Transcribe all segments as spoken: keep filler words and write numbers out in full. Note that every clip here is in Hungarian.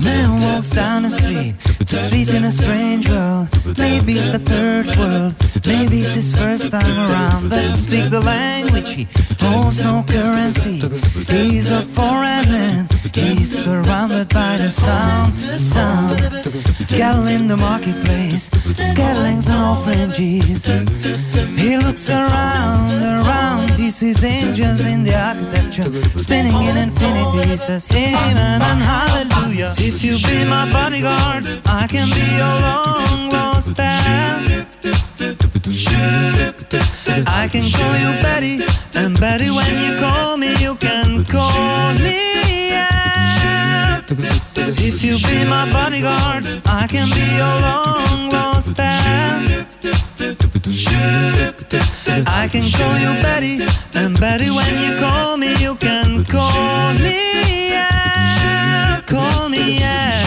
man walks down the street, the street in a strange world. Maybe it's the third world, maybe it's his first time around. Doesn't speak the language, he holds no currency. He's a foreign man, he's surrounded by the sound, the sound. Cattle in the marketplace, scatterings and orphanages. He looks around, around, he sees angels in the architecture, spinning in infinity. He says amen and hallelujah. If you be my bodyguard, I can be your long lost pal. I can call you Betty, and Betty when you call me, you can call me out. If you be my bodyguard, I can be your long lost pal. I can call you Betty, and Betty when you call me, you can call me out. Call me out.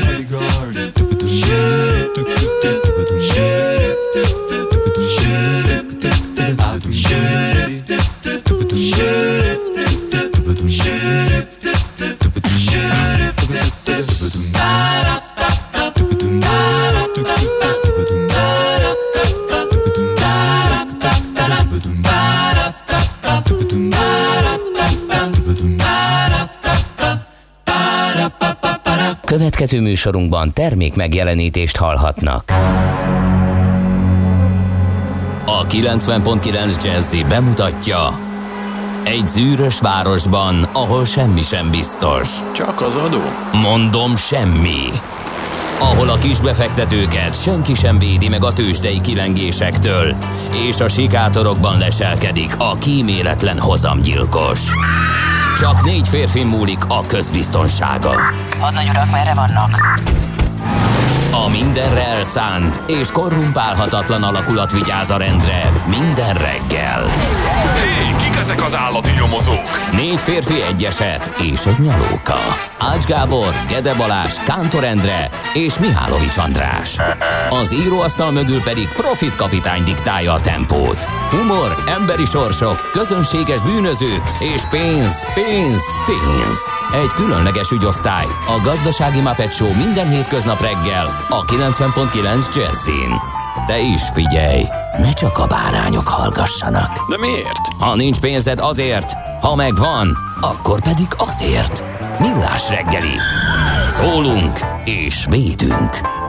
Következő műsorunkban termék megjelenítést hallhatnak. A kilencven pont kilenc Jazzy bemutatja: egy zűrös városban, ahol semmi sem biztos. Csak az adó? Mondom, semmi. Ahol a kisbefektetőket senki sem védi meg a tőzsdei kilengésektől, és a sikátorokban leselkedik a kíméletlen hozamgyilkos. Csak négy férfin múlik a közbiztonsága. Hadnagy urak, merre vannak? A mindenre elszánt és korrumpálhatatlan alakulat vigyáz a rendre minden reggel. Hé, kik ezek az állati nyomozók? Négy férfi, egy eset és egy nyalóka. Ács Gábor, Gede Balázs, Kántor Endre és Mihálovics András. Az íróasztal mögül pedig Profit kapitány diktálja a tempót. Humor, emberi sorsok, közönséges bűnözők és pénz, pénz, pénz. Egy különleges ügyosztály, a Gazdasági Muppet Show minden hétköznap reggel a kilencven pont kilenc Jazzin. De is figyelj, ne csak a bárányok hallgassanak. De miért? Ha nincs pénzed, azért, ha megvan, akkor pedig azért. Millás reggeli. Szólunk és védünk.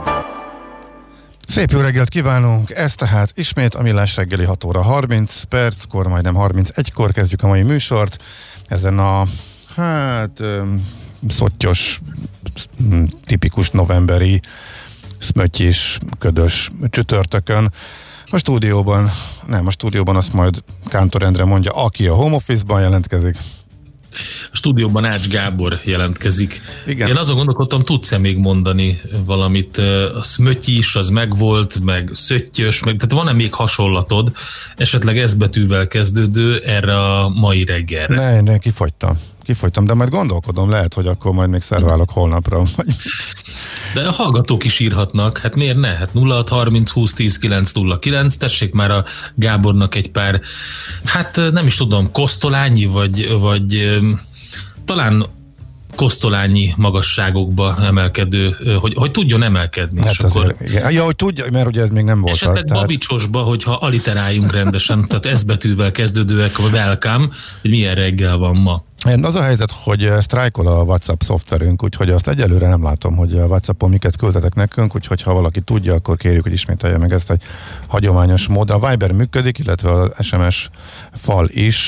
Szép jó reggelt kívánunk, ez tehát ismét a Millás reggeli hat óra harminc perckor, majdnem harmincegykor kezdjük a mai műsort. Ezen a, hát, szottyos, tipikus novemberi, szmötyis, ködös csütörtökön. A stúdióban, nem, a stúdióban azt majd Kántor Endre mondja, aki a home office-ban jelentkezik. A stúdióban Ács Gábor jelentkezik. Igen. Én azon gondolkodtam, tudsz-e még mondani valamit? A szmötyis, az megvolt, meg szöttyös, meg, tehát van-e még hasonlatod, esetleg S betűvel kezdődő erre a mai reggelre? Ne, ne, kifogytam. Kifogytam, de majd gondolkodom, lehet, hogy akkor majd még szerválok holnapra. De a hallgatók is írhatnak, hát miért ne? Hát nulla hat harminc húsz tíz kilenc nulla kilenc, tessék már a Gábornak egy pár, hát nem is tudom, kosztolányi, vagy, vagy talán kosztolányi magasságokba emelkedő, hogy, hogy tudjon emelkedni. Hát és akkor ja, hogy tudja, mert ugye ez még nem volt. esetleg tehát... babicsosba, hogyha aliteráljunk rendesen, tehát S betűvel kezdődőek, a welcome, hogy milyen reggel van ma. Az a helyzet, hogy sztrájkol a WhatsApp szoftverünk, úgyhogy azt egyelőre nem látom, hogy a WhatsAppon miket küldtetek nekünk, úgyhogy ha valaki tudja, akkor kérjük, hogy ismételje meg ezt egy hagyományos mód. A Viber működik, illetve az es em es fal is.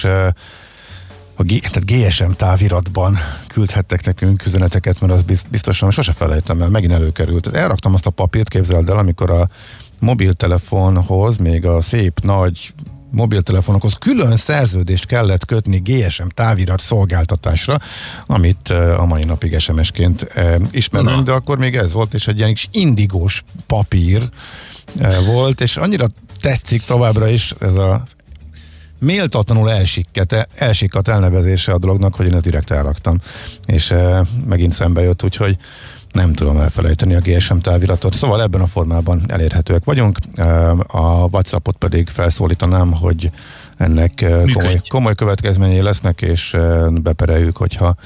A G, tehát gé es em táviratban küldhettek nekünk üzeneteket, mert az biztosan sose felejtem el, megint előkerült. Elraktam azt a papírt, képzeld el, amikor a mobiltelefonhoz, még a szép nagy mobiltelefonokhoz külön szerződést kellett kötni gé es em távirat szolgáltatásra, amit a mai napig es em es-ként ismerünk, de akkor még ez volt, és egy ilyen kis indigós papír volt, és annyira tetszik továbbra is ez a méltatlanul elsikket, elsikkat elnevezése a dolognak, hogy én ezt direkt elraktam, és megint szembe jött, úgyhogy nem tudom elfelejteni a gé es em táviratot. Szóval ebben a formában elérhetőek vagyunk. A WhatsAppot pedig felszólítanám, hogy ennek komoly, komoly következményei lesznek, és bepereljük, hogyha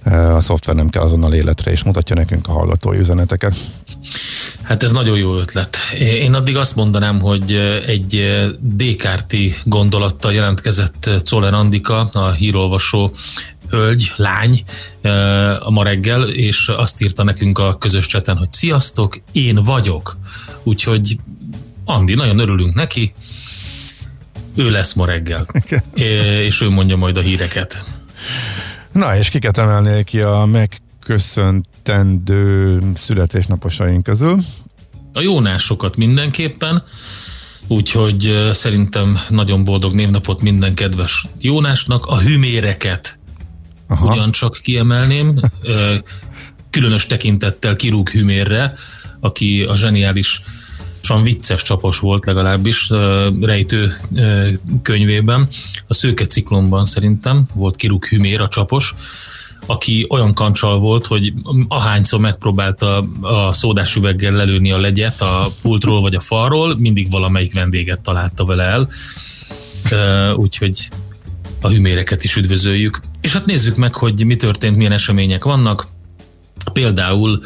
a szoftver nem kell azonnal életre, és mutatja nekünk a hallgatói üzeneteket. Hát ez nagyon jó ötlet. Én addig azt mondanám, hogy egy Descartes gondolattal jelentkezett Czoller Andika, a hírolvasó hölgy, lány a ma reggel, és azt írta nekünk a közös cseten, hogy sziasztok, én vagyok. Úgyhogy Andi, nagyon örülünk neki, ő lesz ma reggel, okay. És ő mondja majd a híreket. Na, és kiket emelnél ki a megköszöntendő születésnaposaink közül? A Jónásokat mindenképpen, úgyhogy szerintem nagyon boldog névnapot minden kedves Jónásnak. A hüméreket Aha. ugyancsak kiemelném, különös tekintettel Kirúg Hümérre, aki a zseniális vicces csapos volt legalábbis rejtő könyvében. A Szőke ciklonban szerintem volt Kirúg Hümér a csapos, aki olyan kancsal volt, hogy ahányszor megpróbálta a szódás üveggel lelőni a legyet a pultról vagy a falról, mindig valamelyik vendéget találta vele el. Úgyhogy a hüméreket is üdvözöljük. És hát nézzük meg, hogy mi történt, milyen események vannak. Például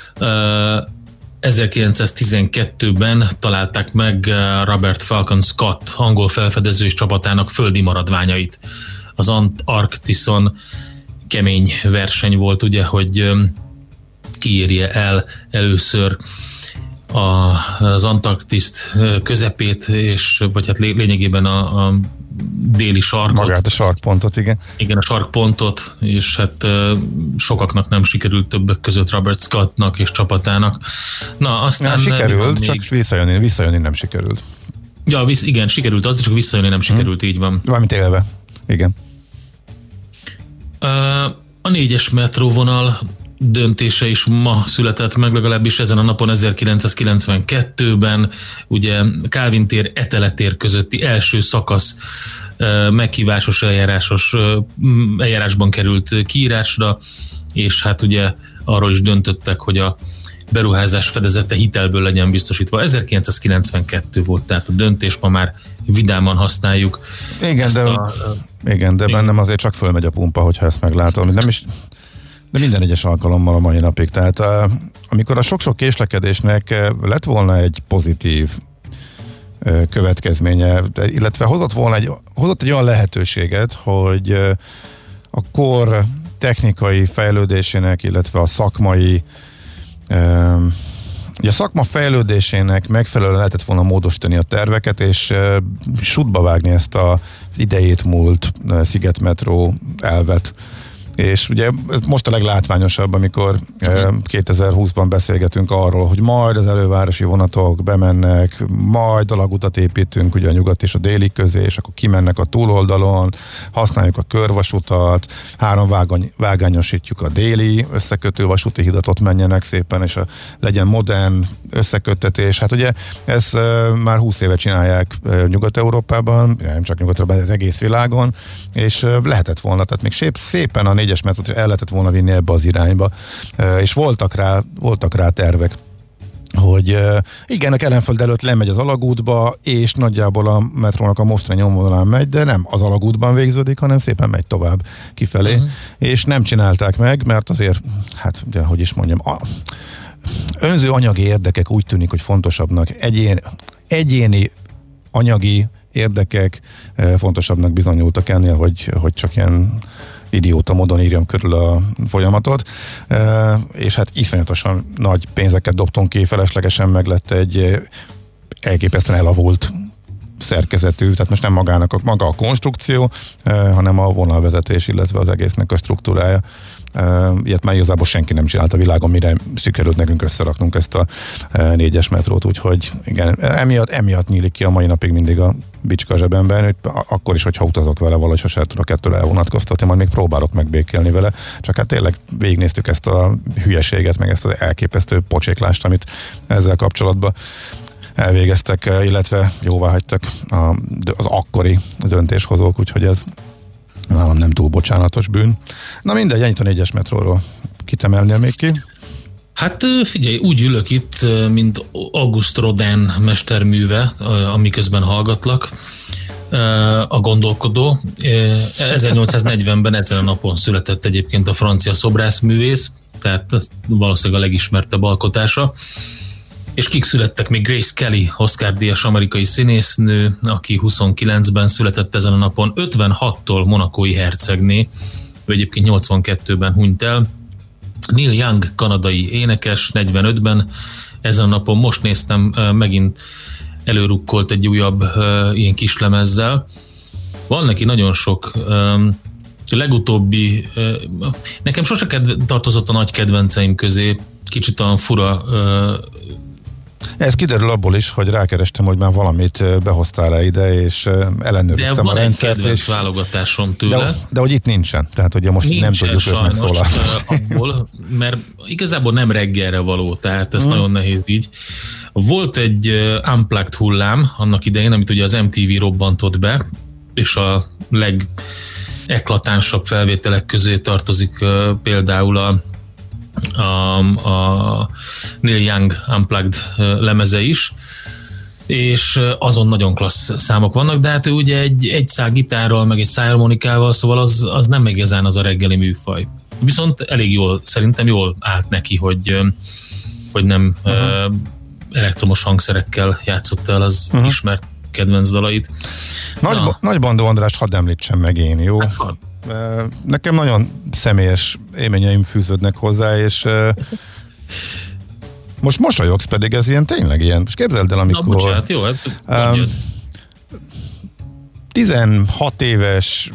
ezerkilencszáztizenkettőben találták meg Robert Falcon Scott angol felfedező és csapatának földi maradványait. Az Antarktiszon kemény verseny volt, ugye, hogy kiírja el először az Antarktiszt közepét, és vagy hát lényegében a, a déli sarkot. Magát a sarkpontot, igen. Igen, a sarkpontot, és hát sokaknak nem sikerült, többek között Robert Scottnak és csapatának. Na, aztán... Na, sikerült, csak még... visszajönni, visszajönni nem sikerült. Ja, visz, igen, sikerült, az, csak visszajönni nem sikerült, hmm. így van. Valamint élve, igen. A négyes metróvonal döntése is ma született meg, legalábbis ezen a napon ezerkilencszázkilencvenkettőben, ugye Kálvin tér, Etele tér közötti első szakasz meghívásos eljárásos eljárásban került kiírásra, és hát ugye arról is döntöttek, hogy a beruházás fedezete hitelből legyen biztosítva. ezerkilencszázkilencvenkettő volt tehát a döntés, ma már vidáman használjuk. Igen, de, a, igen, de igen. bennem azért csak fölmegy a pumpa, hogyha ezt meglátom. Nem is, de minden egyes alkalommal a mai napig. Tehát amikor a sok-sok késlekedésnek lett volna egy pozitív következménye, illetve hozott volna egy, hozott egy olyan lehetőséget, hogy a kor technikai fejlődésének, illetve a szakmai ugye a szakma fejlődésének megfelelően lehetett volna módosítani a terveket, és sútba vágni ezt az idejét múlt szigetmetró elvet. És ugye most a leglátványosabb, amikor uh-huh. kétezer-húszban beszélgetünk arról, hogy majd az elővárosi vonatok bemennek, majd alagutat építünk ugye a nyugat és a déli közé, és akkor kimennek a túloldalon, használjuk a körvasutat, három vágany, vágányosítjuk a déli összekötő vasúti hidat, ott menjenek szépen, és a, legyen modern összeköttetés. Hát ugye ezt e, már húsz éve csinálják e, Nyugat-Európában, nem csak Nyugat-Európában, az egész világon, és e, lehetett volna, tehát még szép, szépen a négyes metrót el lehetett volna vinni ebbe az irányba, és voltak rá, voltak rá tervek, hogy igen, a Kelenföld előtt lemegy az alagútba, és nagyjából a metrónak a mostani nyomvonalán megy, de nem az alagútban végződik, hanem szépen megy tovább kifelé, uh-huh. és nem csinálták meg, mert azért, hát ugye, hogy is mondjam, a önző anyagi érdekek úgy tűnik, hogy fontosabbnak, egyén, egyéni anyagi érdekek fontosabbnak bizonyultak ennél, hogy, hogy csak ilyen idióta módon írjam körül a folyamatot, e, és hát iszonyatosan nagy pénzeket dobtunk ki, feleslegesen meg lett egy elképesztően elavult szerkezetű, tehát most nem magának a, maga a konstrukció, e, hanem a vonalvezetés, illetve az egésznek a struktúrája. E, ilyet már igazából senki nem csinált a világon, mire sikerült nekünk összeraknunk ezt a e, négyes metrót, úgyhogy igen, emiatt, emiatt nyílik ki a mai napig mindig a bicska zsebemben, hogy akkor is, hogyha utazok vele, valahogy sosem tudok ettől elvonatkoztatni, majd még próbálok megbékélni vele, csak hát tényleg végignéztük ezt a hülyeséget, meg ezt az elképesztő pocséklást, amit ezzel kapcsolatban elvégeztek, illetve jóvá hagytak az akkori döntéshozók, úgyhogy ez nálam nem túl bocsánatos bűn. Na mindegy, ennyit a négyes metróról. Kit emelnél még ki? Hát figyelj, úgy ülök itt, mint August Rodin mesterműve, amiközben hallgatlak. a gondolkodó. ezernyolcszáznegyvenben ezen a napon született egyébként a francia szobrászművész, tehát ez valószínűleg a legismertebb alkotása. És kik születtek még? Grace Kelly, Oscar-díjas amerikai színésznő, aki huszonkilencben született ezen a napon, ötvenhattól monakói hercegné, ő egyébként nyolcvankettőben hunyt el. Neil Young, kanadai énekes, negyvenötben ezen a napon, most néztem, megint előrukkolt egy újabb uh, ilyen kislemezzel. Van neki nagyon sok um, legutóbbi, uh, nekem sose kedve, tartozott a nagy kedvenceim közé, kicsit olyan fura. Uh, Ez kiderül abból is, hogy rákerestem, hogy már valamit behoztál -e ide, és ellenőriztem a rendszert. De van egy kedvenc és... válogatásom tőle. De, de hogy itt nincsen, tehát ugye most nincsen, nem tudjuk őt megszólalni. Abból, mert igazából nem reggelre való, tehát ez mm. nagyon nehéz így. Volt egy Unplugged hullám annak idején, amit ugye az em té vé robbantott be, és a legeklatánsabb felvételek közé tartozik uh, például a, a, a Neil Young Unplugged uh, lemeze is, és azon nagyon klassz számok vannak, de hát ő ugye egy, egy szál gitárral, meg egy szájharmonikával, szóval az, az nem igazán az a reggeli műfaj. Viszont elég jól, szerintem jól állt neki, hogy, hogy nem uh-huh. uh, elektromos hangszerekkel játszott el az uh-huh. ismert kedvenc dalait. Nagy, ba- Nagy Bandó Andrást hadd említsem meg én, jó? Hát, nekem nagyon személyes élményeim fűződnek hozzá, és most mosolyogsz, pedig ez ilyen tényleg ilyen. Most képzeld el, amikor... Na, bocsánat, jó, hát um, tizenhat éves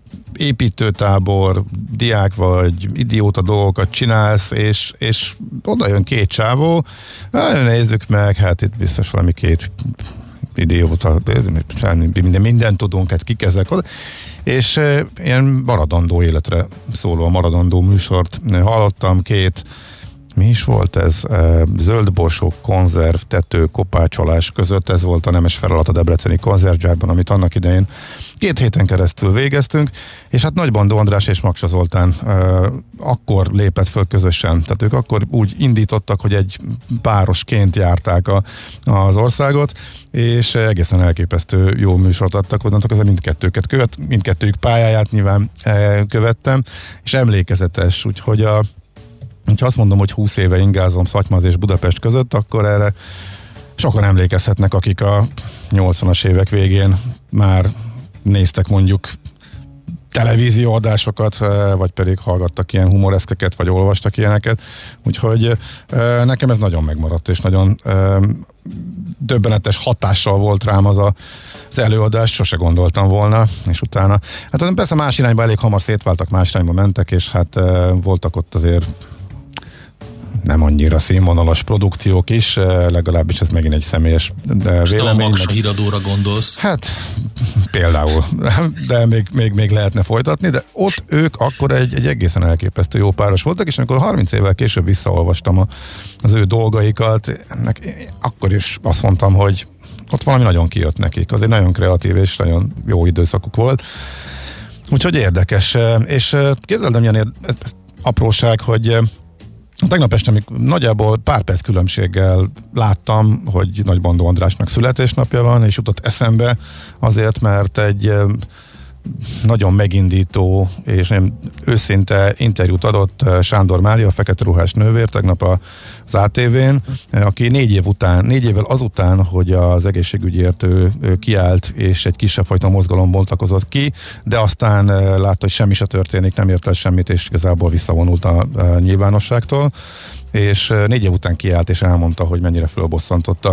építőtábor, diák vagy, idióta dolgokat csinálsz, és, és oda jön két csávó, nézzük meg, hát itt biztos valami két idióta, minden, mindent tudunk, hát kik ezek oda, és e, ilyen maradandó életre szóló maradandó műsort hallottam, két mi is volt ez? Zöldborsók, konzerv, tető, kopácsolás között, ez volt a nemes feladat a debreceni konzervgyárban, amit annak idején két héten keresztül végeztünk, és hát Nagy Bandó András és Maksa Zoltán uh, akkor lépett föl közösen, tehát ők akkor úgy indítottak, hogy egy párosként járták a, az országot, és egészen elképesztő jó műsort adtak, onnantól ezzel mindkettőket követ, mindkettőjük pályáját nyilván uh, követtem, és emlékezetes, úgyhogy a ha azt mondom, hogy húsz éve ingázom Szatymaz és Budapest között, akkor erre sokan emlékezhetnek, akik a nyolcvanas évek végén már néztek mondjuk televízióadásokat, vagy pedig hallgattak ilyen humoreszkeket, vagy olvastak ilyeneket. Úgyhogy nekem ez nagyon megmaradt, és nagyon döbbenetes hatással volt rám az a, az előadás, sose gondoltam volna, és utána, hát persze más irányba elég hamar szétváltak, más irányba mentek, és hát voltak ott azért nem annyira színvonalas produkciók is, legalábbis ez megint egy személyes vélemény. A Maksa híradóra gondolsz? Hát például, de még, még, még lehetne folytatni, de ott ők akkor egy, egy egészen elképesztő jó páros voltak, és amikor harminc évvel később visszaolvastam a, az ő dolgaikat, ennek, akkor is azt mondtam, hogy ott valami nagyon kijött nekik, azért nagyon kreatív és nagyon jó időszakuk volt. Úgyhogy érdekes, és képzeld, milyen ér, apróság, hogy tegnap este még nagyjából pár perc különbséggel láttam, hogy Nagy Bandó Andrásnak születésnapja van, és jutott eszembe azért, mert egy nagyon megindító és őszinte interjút adott Sándor Mária, a fekete ruhás nővér tegnap az á té vén, aki négy év után, négy évvel azután, hogy az egészségügyért ő, ő kiállt, és egy kisebb fajta mozgalom bontakozott ki, de aztán látta, hogy semmi se történik, nem ért el semmit, és igazából visszavonult a, a nyilvánosságtól, és négy év után kiállt, és elmondta, hogy mennyire fölbosszantotta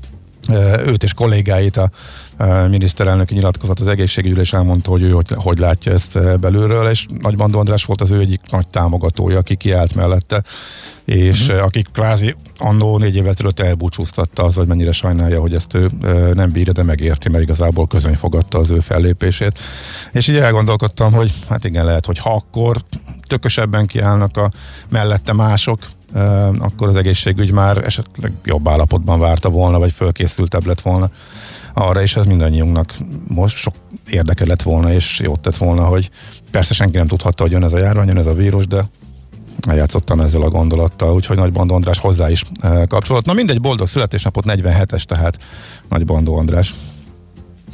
őt és kollégáit a miniszterelnöki nyilatkozat az egészségügyről, és elmondta, hogy ő hogy, hogy látja ezt belülről, és Nagy Bandó András volt az ő egyik nagy támogatója, aki kiállt mellette, és uh-huh. akik kvázi annó négy évvel ezelőtt elbúcsúztatta az, hogy mennyire sajnálja, hogy ezt ő nem bírja, de megérti, mert igazából közöny fogadta az ő fellépését. És így elgondolkodtam, hogy hát igen, lehet, hogy ha akkor tökösebben kiállnak a mellette mások, akkor az egészségügy már esetleg jobb állapotban várta volna, vagy fölkészültebb lett volna arra, és ez mindannyiunknak most sok érdeke lett volna, és jót tett volna, hogy persze senki nem tudhatta, hogy jön ez a járvány, jön ez a vírus, de eljátszottam ezzel a gondolattal, úgyhogy Nagy Bandó András hozzá is e, kapcsolódott. Na mindegy, boldog születésnapot, negyvenhetes, tehát Nagy Bandó András.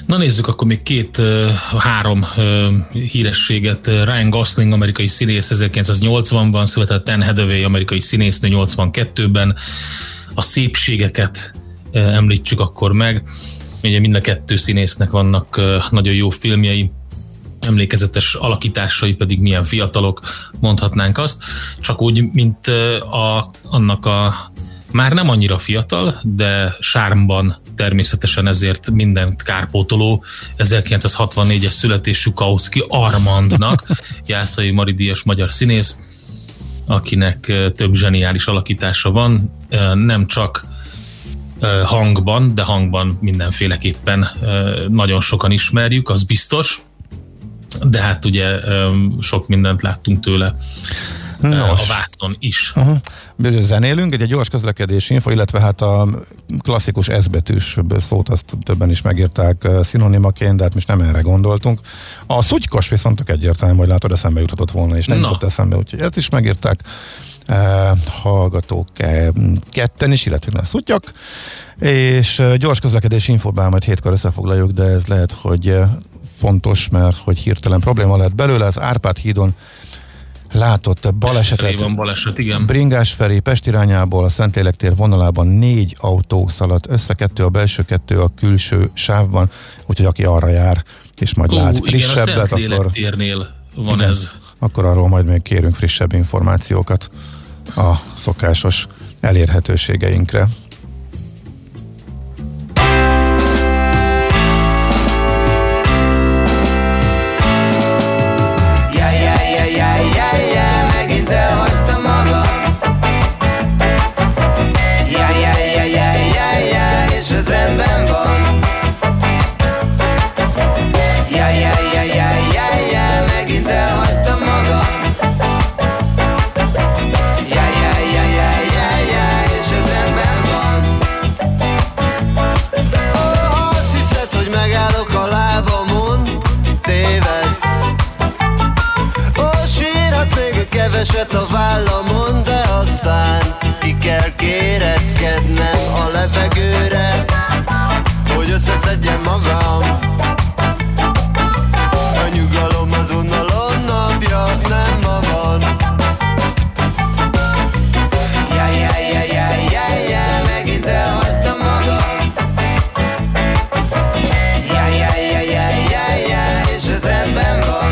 Na nézzük, akkor még két, három hírességet. Ryan Gosling, amerikai színész, ezerkilencszáznyolcvanban született, Anne Hathaway, amerikai színésznő, nyolcvankettőben. A szépségeket említsük akkor meg. Ugye mind a kettő színésznek vannak nagyon jó filmjei, emlékezetes alakításai pedig milyen fiatalok, mondhatnánk azt. Csak úgy, mint a, annak a már nem annyira fiatal, de sármban természetesen ezért mindent kárpótoló ezerkilencszázhatvannégyes születésű Kautsky Armandnak, Jászai Mari díjas magyar színész, akinek több zseniális alakítása van, nem csak hangban, de hangban mindenféleképpen nagyon sokan ismerjük, az biztos, de hát ugye sok mindent láttunk tőle. Nos. A vászon is. Uh-huh. Zenélünk, egy, egy gyors közlekedési info, illetve hát a klasszikus S betűs szót azt többen is megírták szinonimaként, de hát most nem erre gondoltunk. A szutykos viszont egyértelmű, hogy látod, eszembe juthatott volna, és nem jutott eszembe, úgyhogy ezt is megírták. Uh, hallgatók uh, ketten is, illetve a szutyak, és uh, gyors közlekedési infóban majd hétkor összefoglaljuk, de ez lehet, hogy uh, fontos, mert hogy hirtelen probléma lehet belőle. Az Árpád hídon látott balesetet. Van baleset, igen. Bringás felé Pest irányából a Szentlélek tér vonalában négy autó szaladt össze, kettő a belső, kettő a külső sávban, úgyhogy aki arra jár, és majd Ó, lát frissebbet, igen, a Szentlélek térnél van igen, ez. Akkor arról majd még kérünk frissebb információkat a szokásos elérhetőségeinkre. Keveset a vállamon, de aztán ki kell kéreckednem a levegőre, hogy összeszedjem magam. A nyugalom az unalom napja, nem ma van. Jaj, jaj, jaj, jaj, jaj, jaj, megint elhagytam magam. Jaj, jaj, jaj, jaj, jaj, jaj, és ez rendben van.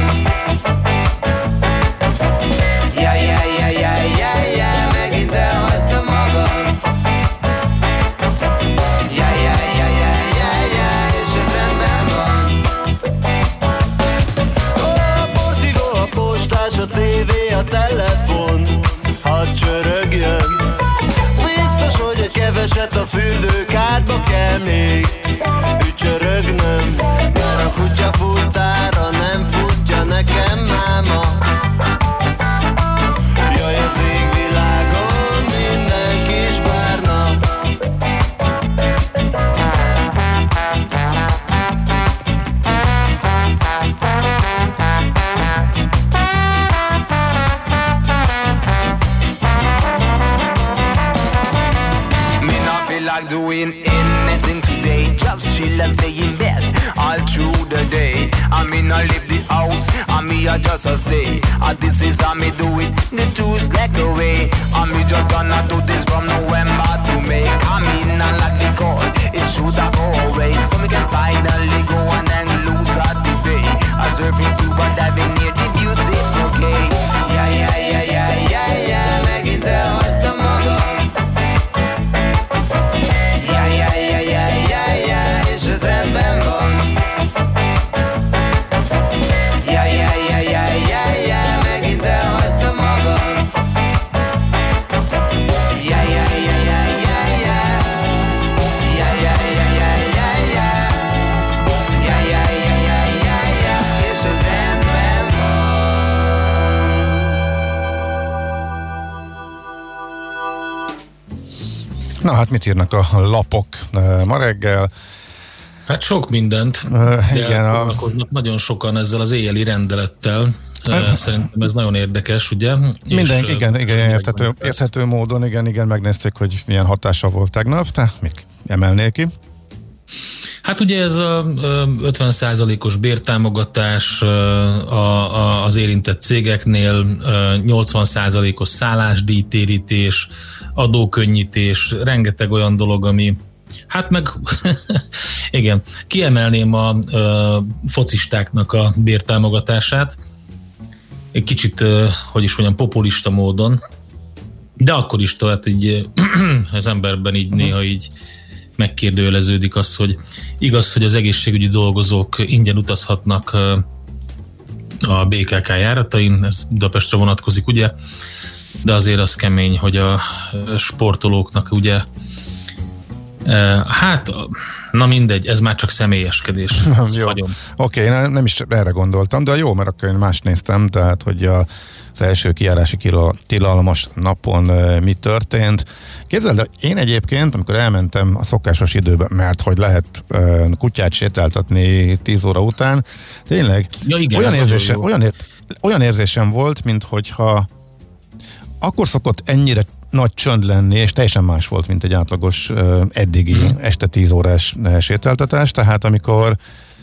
Telefon, hadd csörögjön. Biztos, hogy egy keveset a fürdőkádba kell még ücsörögnöm, mert a kutya futára nem futja nekem máma. Jaj, az égvilágon minden kis barna. Like doing anything today, just chill and stay in bed all through the day. I mean I leave the house, I mean I just a stay. And this is how me do it, the two slack away. I mean just gonna do this from November to May. I mean I like the call, it should have go away. So we can finally go and then lose out the day. I surfing scuba diving near the beauty, okay. Yeah, yeah, yeah, yeah, yeah, yeah, megint elhagytam magam. És ez rendben van. Ja, ja, ja, ja, ja, ja, megint elhagytam magam. Ja, ja, ja, ja, ja, ja. Ja, ja, ja, ja, ja, ja. Ja, ja, ja, ja, ja, ja, és ez rendben van. Na hát mit írnak a lapok ma reggel? Hát sok mindent, uh, de igen, a... nagyon sokan ezzel az éjjeli rendelettel. Uh, szerintem ez nagyon érdekes, ugye? Minden, és, igen, igen, érthető, érthető módon, igen, igen, megnézték, hogy milyen hatása volt tegnap, te mit emelnél ki? Hát ugye ez a ötven százalékos bértámogatás a, a, az érintett cégeknél, nyolcvan százalékos szállásdíjtérítés, adókönnyítés, rengeteg olyan dolog, ami hát meg igen, kiemelném a, a focistáknak a bértámogatását, egy kicsit, hogy is mondjam, populista módon, de akkor is tehát így az emberben így néha így megkérdőjeleződik az, hogy igaz, hogy az egészségügyi dolgozók ingyen utazhatnak a bé ká ká járatain, ez Budapestre vonatkozik, ugye, de azért az kemény, hogy a sportolóknak ugye hát, na mindegy, ez már csak személyeskedés. Oké, okay, nem, nem is erre gondoltam, de jó, mert akkor én más néztem, tehát, hogy a, az első kijárási tilalmas napon uh, mi történt. Képzeld, de én egyébként, amikor elmentem a szokásos időben, mert hogy lehet uh, kutyát sétáltatni tíz óra után, tényleg ja, igen, olyan, érzésem, olyan, ér, olyan érzésem volt, mint hogyha akkor szokott ennyire nagy csönd lenni, és teljesen más volt, mint egy átlagos uh, eddigi hmm. este tíz órás uh, sétáltatás, tehát amikor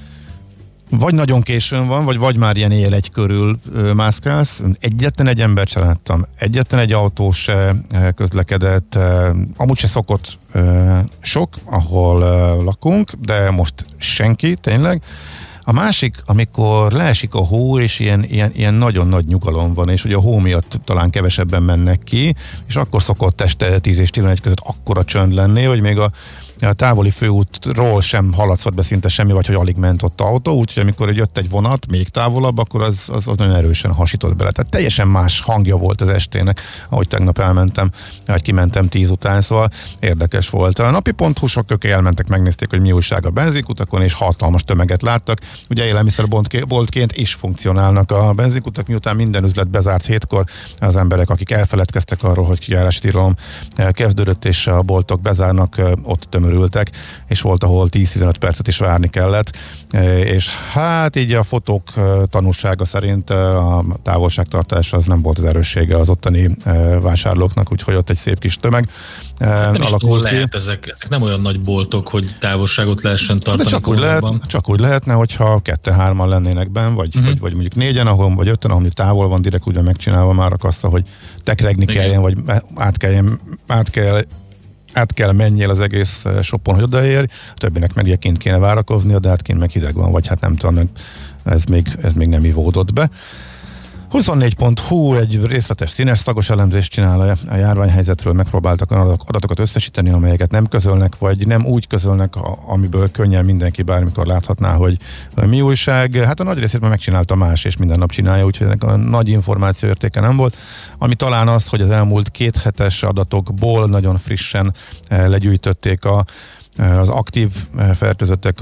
vagy nagyon későn van, vagy, vagy már ilyen éjjel egy körül uh, mászkálsz, egyetlen egy embert se láttam, egyetlen egy autó se uh, közlekedett, uh, amúgy se szokott uh, sok, ahol uh, lakunk, de most senki, tényleg. A másik, amikor leesik a hó, és ilyen, ilyen, ilyen nagyon nagy nyugalom van, és ugye a hó miatt talán kevesebben mennek ki, és akkor szokott este tíz és tizenegy között akkora csönd lenni, hogy még a, a távoli főútról sem haladszott be szinte semmi, vagy hogy alig ment ott autó, úgyhogy amikor jött egy vonat még távolabb, akkor az, az, az nagyon erősen hasított bele. Tehát teljesen más hangja volt az estének, ahogy tegnap elmentem, vagy kimentem tíz után, szóval érdekes volt. A napi pont hu sok köké elmentek, megnézték, hogy mi újság a benzinkutakon, és hatalmas tömeget láttak. Ugye élelmiszerboltként is funkcionálnak a benzinkutak, miután minden üzlet bezárt hétkor, az emberek, akik elfeledkeztek arról, hogy kijárási tilalom kezdődött, és a boltok bezárnak, ott tömörültek, és volt, ahol tíz-tizenöt percet is várni kellett, és hát így a fotók tanúsága szerint a távolságtartás az nem volt az erőssége az ottani vásárlóknak, úgyhogy ott egy szép kis tömeg hát nem alakult ki. Lehet, ezek, ezek nem olyan nagy boltok, hogy távolságot lehessen tartani. De csak úgy, lehet, csak úgy lehetne, hogyha kette-hárman lennének benn, vagy, uh-huh. vagy, vagy mondjuk négyen, ahol, vagy öten, ahol mondjuk távol van, direkt úgy megcsinálva már a kassa, hogy tekregni igen. kelljen, vagy át kelljen, át kell át kell menjél az egész shopon, hogy odaérj, a többinek meg kint kéne várakoznia, de hát kint meg hideg van, vagy hát nem tudom, meg ez még, ez még nem ivódott be. huszonnégy pont hu egy részletes színes szagos elemzést csinál a járványhelyzetről, megpróbáltak adatokat összesíteni, amelyeket nem közölnek, vagy nem úgy közölnek, amiből könnyen mindenki bármikor láthatná, hogy mi újság. Hát a nagy részét már megcsinálta más, és minden nap csinálja, úgyhogy ennek a nagy információ értéke nem volt. Ami talán az, hogy az elmúlt két hetes adatokból nagyon frissen legyűjtötték a, az aktív fertőzöttek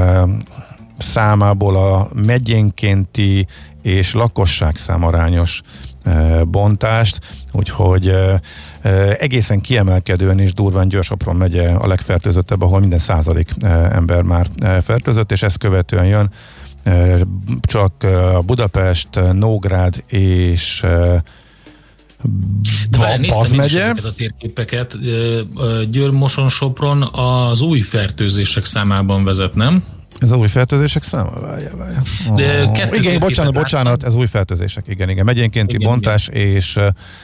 számából a megyénkénti és lakosságszámarányos e, bontást, úgyhogy e, e, egészen kiemelkedően és durván Győr-Sopron megye a legfertőzöttebb, ahol minden századik e, ember már e, fertőzött, és ezt követően jön e, csak e, Budapest, Nógrád és e, de várj, néztem én is ezeket a térképeket. Győr-Moson-Sopron az új fertőzések számában vezet, nem? Ez az új fertőzések száma? Várja, várja. De oh. Igen, bocsánat, bocsánat, ez új fertőzések, igen, igen. Megyénkénti igen, bontás igen. És,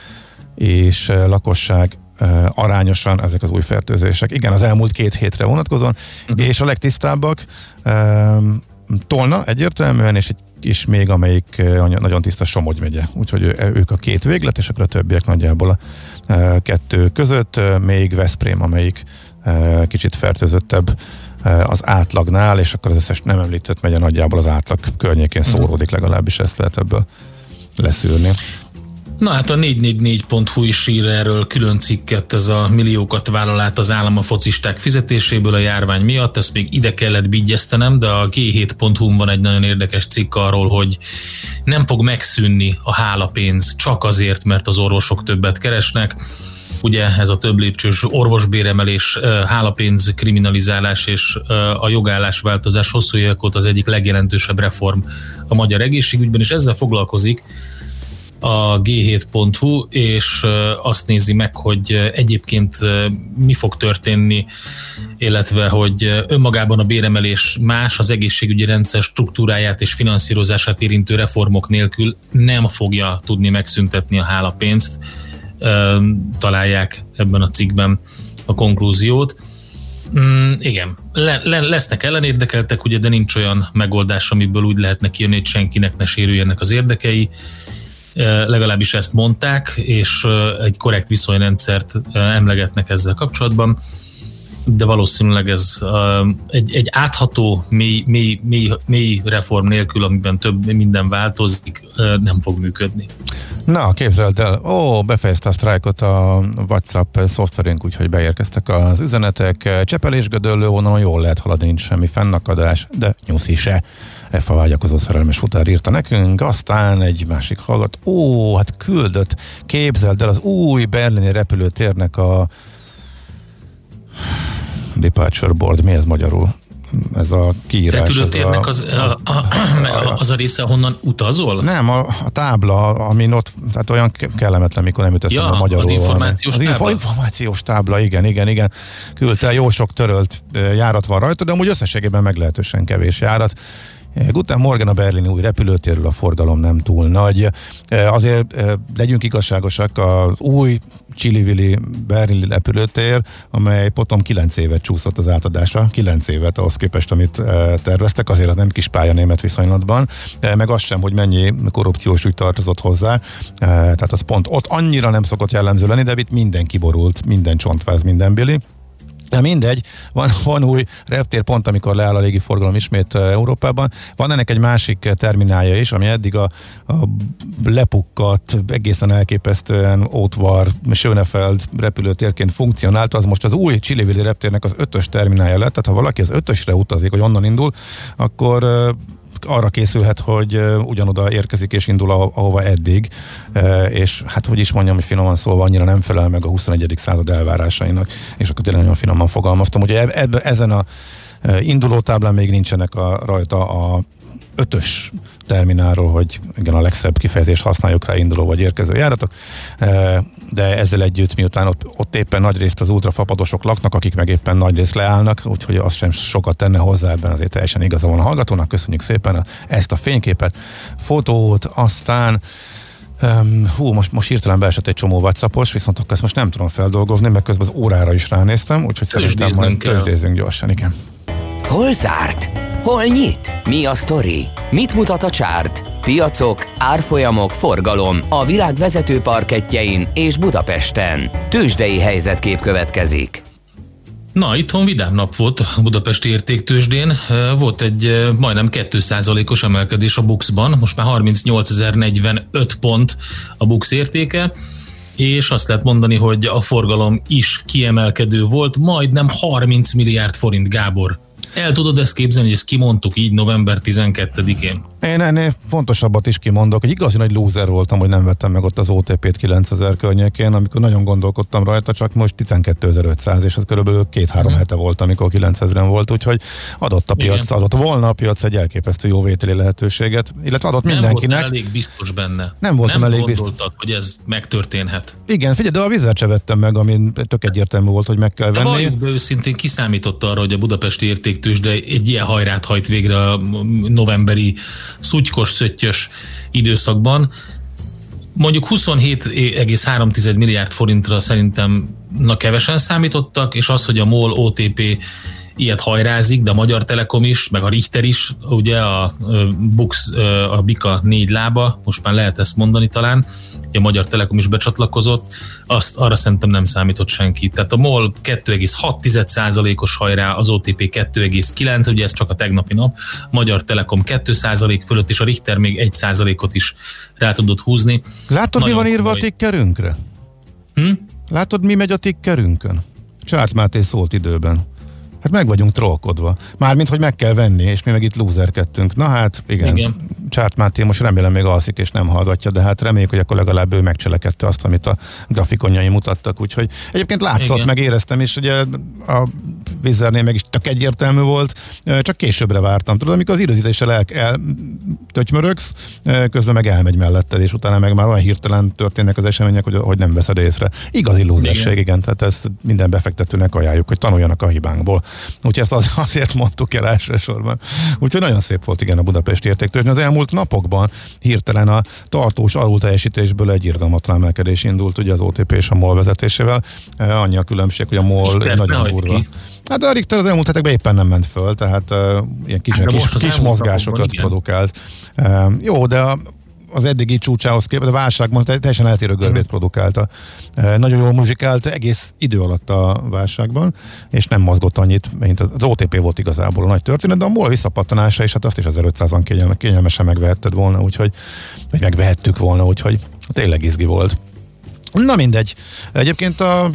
és lakosság arányosan ezek az új fertőzések. Igen, az elmúlt két hétre vonatkozóan, uh-huh. és a legtisztábbak um, Tolna egyértelműen, és egy kis még, amelyik nagyon tiszta Somogy megye. Úgyhogy ők a két véglet, és akkor a többiek nagyjából a kettő között, még Veszprém, amelyik kicsit fertőzöttebb az átlagnál, és akkor az összes nem említett megye nagyjából az átlag környékén szóródik, legalábbis ezt lehet ebből leszűrni. Na hát a négy négy négy pont hu is ír erről külön cikket, ez a milliókat vállal át az állam a focisták fizetéséből a járvány miatt, ezt még ide kellett bigyesztenem, de a gé hét pont hu-n van egy nagyon érdekes cikk arról, hogy nem fog megszűnni a hálapénz csak azért, mert az orvosok többet keresnek. Ugye ez a több lépcsős orvosbéremelés, hálapénz kriminalizálás és a jogállásváltozás hosszú évek óta az egyik legjelentősebb reform a magyar egészségügyben, és ezzel foglalkozik a gé hét pont hu, és azt nézi meg, hogy egyébként mi fog történni, illetve hogy önmagában a béremelés más, az egészségügyi rendszer struktúráját és finanszírozását érintő reformok nélkül nem fogja tudni megszüntetni a hálapénzt. Találják ebben a cikkben a konklúziót. Mm, igen, le, le, lesznek ellenérdekeltek, ugye, de nincs olyan megoldás, amiből úgy lehetne kijönni, hogy senkinek ne sérüljenek az érdekei. E, legalábbis ezt mondták, és e, egy korrekt viszonyrendszert e, emlegetnek ezzel kapcsolatban, de valószínűleg ez e, egy, egy átható, mély, mély, mély, mély reform nélkül, amiben több minden változik, e, nem fog működni. Na, képzeld el, ó, befejezte a sztrájkot a WhatsApp szoftverünk, úgyhogy beérkeztek az üzenetek. Csepelés Gödöllő vonalon jól lehet haladni, nincs semmi fennakadás, de nyuszi se. F a vágyakozó szerelmes futár írta nekünk, aztán egy másik hallgat. Ó, hát küldött, képzeld el az új berlini repülőtérnek a departure board, mi ez magyarul? Ez a kiírás. Repülőtérnek az a, a, a, az a része, honnan utazol? Nem, a, a tábla, amin ott, tehát olyan kellemetlen, mikor nem jut eszembe ja, a magyarul. az információs az tábla? Az információs tábla, igen, igen, igen. Küldte, jó sok törölt járat van rajta, de amúgy összességében meglehetősen kevés járat. Guten Morgen, a berlini új repülőtérről a forgalom nem túl nagy. Azért legyünk igazságosak, az új Csili-Vili berlini repülőtér, amely potom kilenc évet csúszott az átadása, kilenc évet ahhoz képest, amit terveztek, azért az nem kis pálya német viszonylatban, meg az sem, hogy mennyi korrupciós ügy tartozott hozzá, tehát az pont ott annyira nem szokott jellemző lenni, de itt minden kiborult, minden csontváz, minden bili. De mindegy, van, van új reptér pont, amikor leáll a légiforgalom ismét Európában. Van ennek egy másik terminálja is, ami eddig a, a lepukkadt, egészen elképesztően Ótvar, Schönefeld repülőtérként funkcionált, az most az új Csili-Vili reptérnek az ötös terminálja lett, tehát ha valaki az ötösre utazik, hogy onnan indul, akkor arra készülhet, hogy ugyanoda érkezik és indul, ahova eddig, és hát hogy is mondjam, hogy finoman szólva annyira nem felel meg a huszonegyedik század elvárásainak, és akkor tényleg nagyon finoman fogalmaztam. Ugye ebben, ezen a indulótáblán még nincsenek a, rajta a ötös terminálról, hogy igen, a legszebb kifejezést használjuk rá, induló vagy érkező járatok, de ezzel együtt, miután ott, ott éppen nagyrészt az ultrafapadosok laknak, akik meg éppen nagyrészt leállnak, úgyhogy azt sem sokat tenne hozzá, ebben azért teljesen igaza van a hallgatónak. Köszönjük szépen ezt a fényképet, fotót, aztán Um, hú, most, most hirtelen beesett egy csomó WhatsAppos, viszont akkor ezt most nem tudom feldolgozni, mert közben az órára is ránéztem, úgyhogy szerintem majd tőzsdézzünk gyorsan, igen. Hol zárt? Hol nyit? Mi a sztori? Mit mutat a csárt? Piacok, árfolyamok, forgalom a világ vezető parkettjein és Budapesten. Tőzsdei helyzetkép következik. Na, itthon vidám nap volt a budapesti értéktőzsdén. Volt egy majdnem két százalékos emelkedés a buxban, most már harmincnyolcezer-negyvenöt pont a bux értéke, és azt lehet mondani, hogy a forgalom is kiemelkedő volt, majdnem harminc milliárd forint, Gábor. El tudod ezt képzelni, hogy ezt kimondtuk így november tizenkettedikén? Én ennél fontosabbat is kimondok, hogy igazi nagy lúzer voltam, hogy nem vettem meg ott az o té pét kilencezer környékén, amikor nagyon gondolkodtam rajta, csak most tizenkétezer-ötszáz, és az körülbelül két-három uh-huh. hete volt, amikor kilencezren volt, úgyhogy adott a piac, igen. adott volna a piac egy elképesztő jó vételi lehetőséget, illetve adott nem mindenkinek. Nem voltam elég biztos benne. Nem voltam nem elég gondoltad, biztos. hogy ez megtörténhet. Igen, figyelj, de a vizet se vettem meg, ami tök egyértelmű volt, hogy meg kell venni. De valljuk be őszintén, kiszámított arra, hogy a budapesti értéktőzsde egy ilyen hajrát hajt végre a novemberi szutykos, szöttyös időszakban. Mondjuk huszonhét egész három milliárd forintra szerintem na kevesen számítottak, és az, hogy a MOL o té pé ilyet hajrázik, de a Magyar Telekom is, meg a Richter is, ugye a Bux, a Bika négy lába, most már lehet ezt mondani talán, a Magyar Telekom is becsatlakozott, azt arra szerintem nem számított senki. Tehát a MOL kettő egész hat százalékos hajrá, az o té pé kettő egész kilenc, ugye ez csak a tegnapi nap, Magyar Telekom két százalék fölött, és a Richter még egy százalékot is rá tudott húzni. Látod, nagyon mi van írva komoly a tickerünkre? Hm? Látod, mi megy a tickerünkön? Csárt Máté szólt időben. Hát meg vagyunk trollkodva. Mármint, hogy meg kell venni, és mi meg itt lúzerkedtünk. Na hát, igen. igen. Csárt Máté most remélem még alszik, és nem hallgatja, de hát reméljük, hogy akkor legalább ő megcselekedte azt, amit a grafikonjai mutattak. Úgyhogy egyébként látszott, igen. meg éreztem, és ugye a Pfizernél meg is tök egyértelmű volt, csak későbbre vártam. Tudod, amikor az időzítéssel el, el tötymörögsz, közben meg elmegy melletted, és utána meg már olyan hirtelen történnek az események, hogy, hogy nem veszed észre. Igazi lúzerség, igen. igen, tehát ezt minden befektetőnek ajánljuk, hogy tanuljanak a hibánkból. Úgyhogy ezt az, azért mondtuk el elsősorban. Úgyhogy nagyon szép volt igen a budapesti értéktőzsdén. Az elmúlt napokban hirtelen a tartós alulteljesítésből egy irgalmatlan emelkedés indult, ugye az o té pé és a MOL vezetésével. Annyi a különbség, hogy a MOL nagyon durva. Hát a Richter az elmúlt hetekben éppen nem ment föl, tehát uh, ilyen kis, hát, kis, kis mozgásokat produkált. Uh, jó, de a, az eddigi csúcsához képest, a válságban teljesen eltérő görbét uh-huh. produkálta. Uh, nagyon jól muzsikált egész idő alatt a válságban, és nem mozgott annyit, mint az, az o té pé volt igazából a nagy történet, de a MOL visszapattanása, és hát azt is ezerötszázan kényelme, kényelmesen megvehetted volna, úgyhogy, vagy megvehettük volna, úgyhogy tényleg izgi volt. Na mindegy. Egyébként a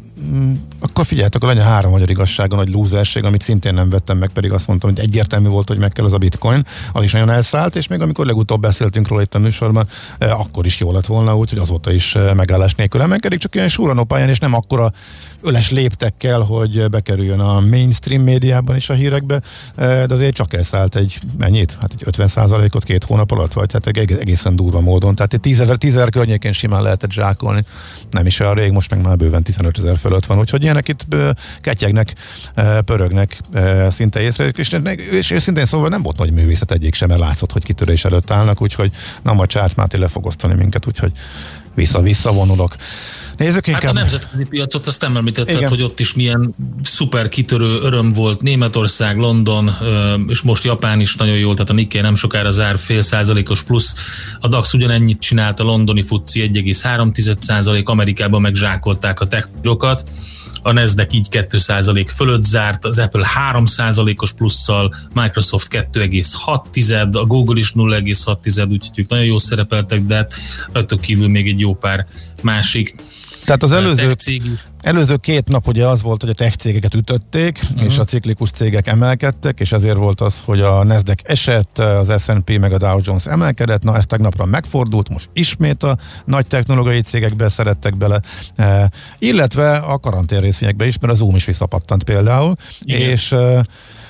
akkor figyeljetek, hogy legyen három magyar igazsága, nagy lúzerség, amit szintén nem vettem meg, pedig azt mondtam, hogy egyértelmű volt, hogy meg kell az a bitcoin, az is nagyon elszállt, és még amikor legutóbb beszéltünk róla itt a műsorban, eh, akkor is jó lett volna, úgyhogy azóta is eh, megállás nélkül emelkedik, csak ilyen súranó pályán, és nem akkora öles léptekkel, hogy bekerüljön a mainstream médiában is a hírekbe, eh, de azért csak elszállt egy mennyit? Hát egy ötven százalékot két hónap alatt, vagy hát egészen durva módon, tehát egy tízezer környékén simán lehetett zsákolni, nem is olyan rég, most meg már bőven tizenötezer fölött van, úgyhogy ilyenek itt ketyegnek, pörögnek szinte észre, és, és őszintén szóval nem volt nagy művészet egyik sem, mert látszott, hogy kitörés előtt állnak, úgyhogy na majd Csárt Máté le fog osztani minket, úgyhogy vissza-vissza vonulok. Nézzük inkább. Hát a nemzetközi piacot azt nem említetted, igen. hogy ott is milyen szuper kitörő öröm volt. Németország, London, és most Japán is nagyon jól, tehát a Nikkei nem sokára zár fél százalékos plusz. A DAX ugyanennyit csinált, a londoni FTSE egy egész három százalék, Amerikában megzsákolták a tech-pirokat. A Nasdaq így két százalék fölött zárt, az Apple három százalékos plusszal, Microsoft kettő egész hat, a Google is nulla egész hat, úgyhogy ők nagyon jól szerepeltek, de hát rajtuk kívül még egy jó pár másik. Tehát az előző, előző két nap ugye az volt, hogy a tech cégeket ütötték, uh-huh. és a ciklikus cégek emelkedtek, és ezért volt az, hogy a Nasdaq esett, az es and pé meg a Dow Jones emelkedett, na ez tegnapra megfordult, most ismét a nagy technológiai cégekbe szerettek bele, e, illetve a karantén részvényekbe is, mert a Zoom is visszapattant például, igen. és e,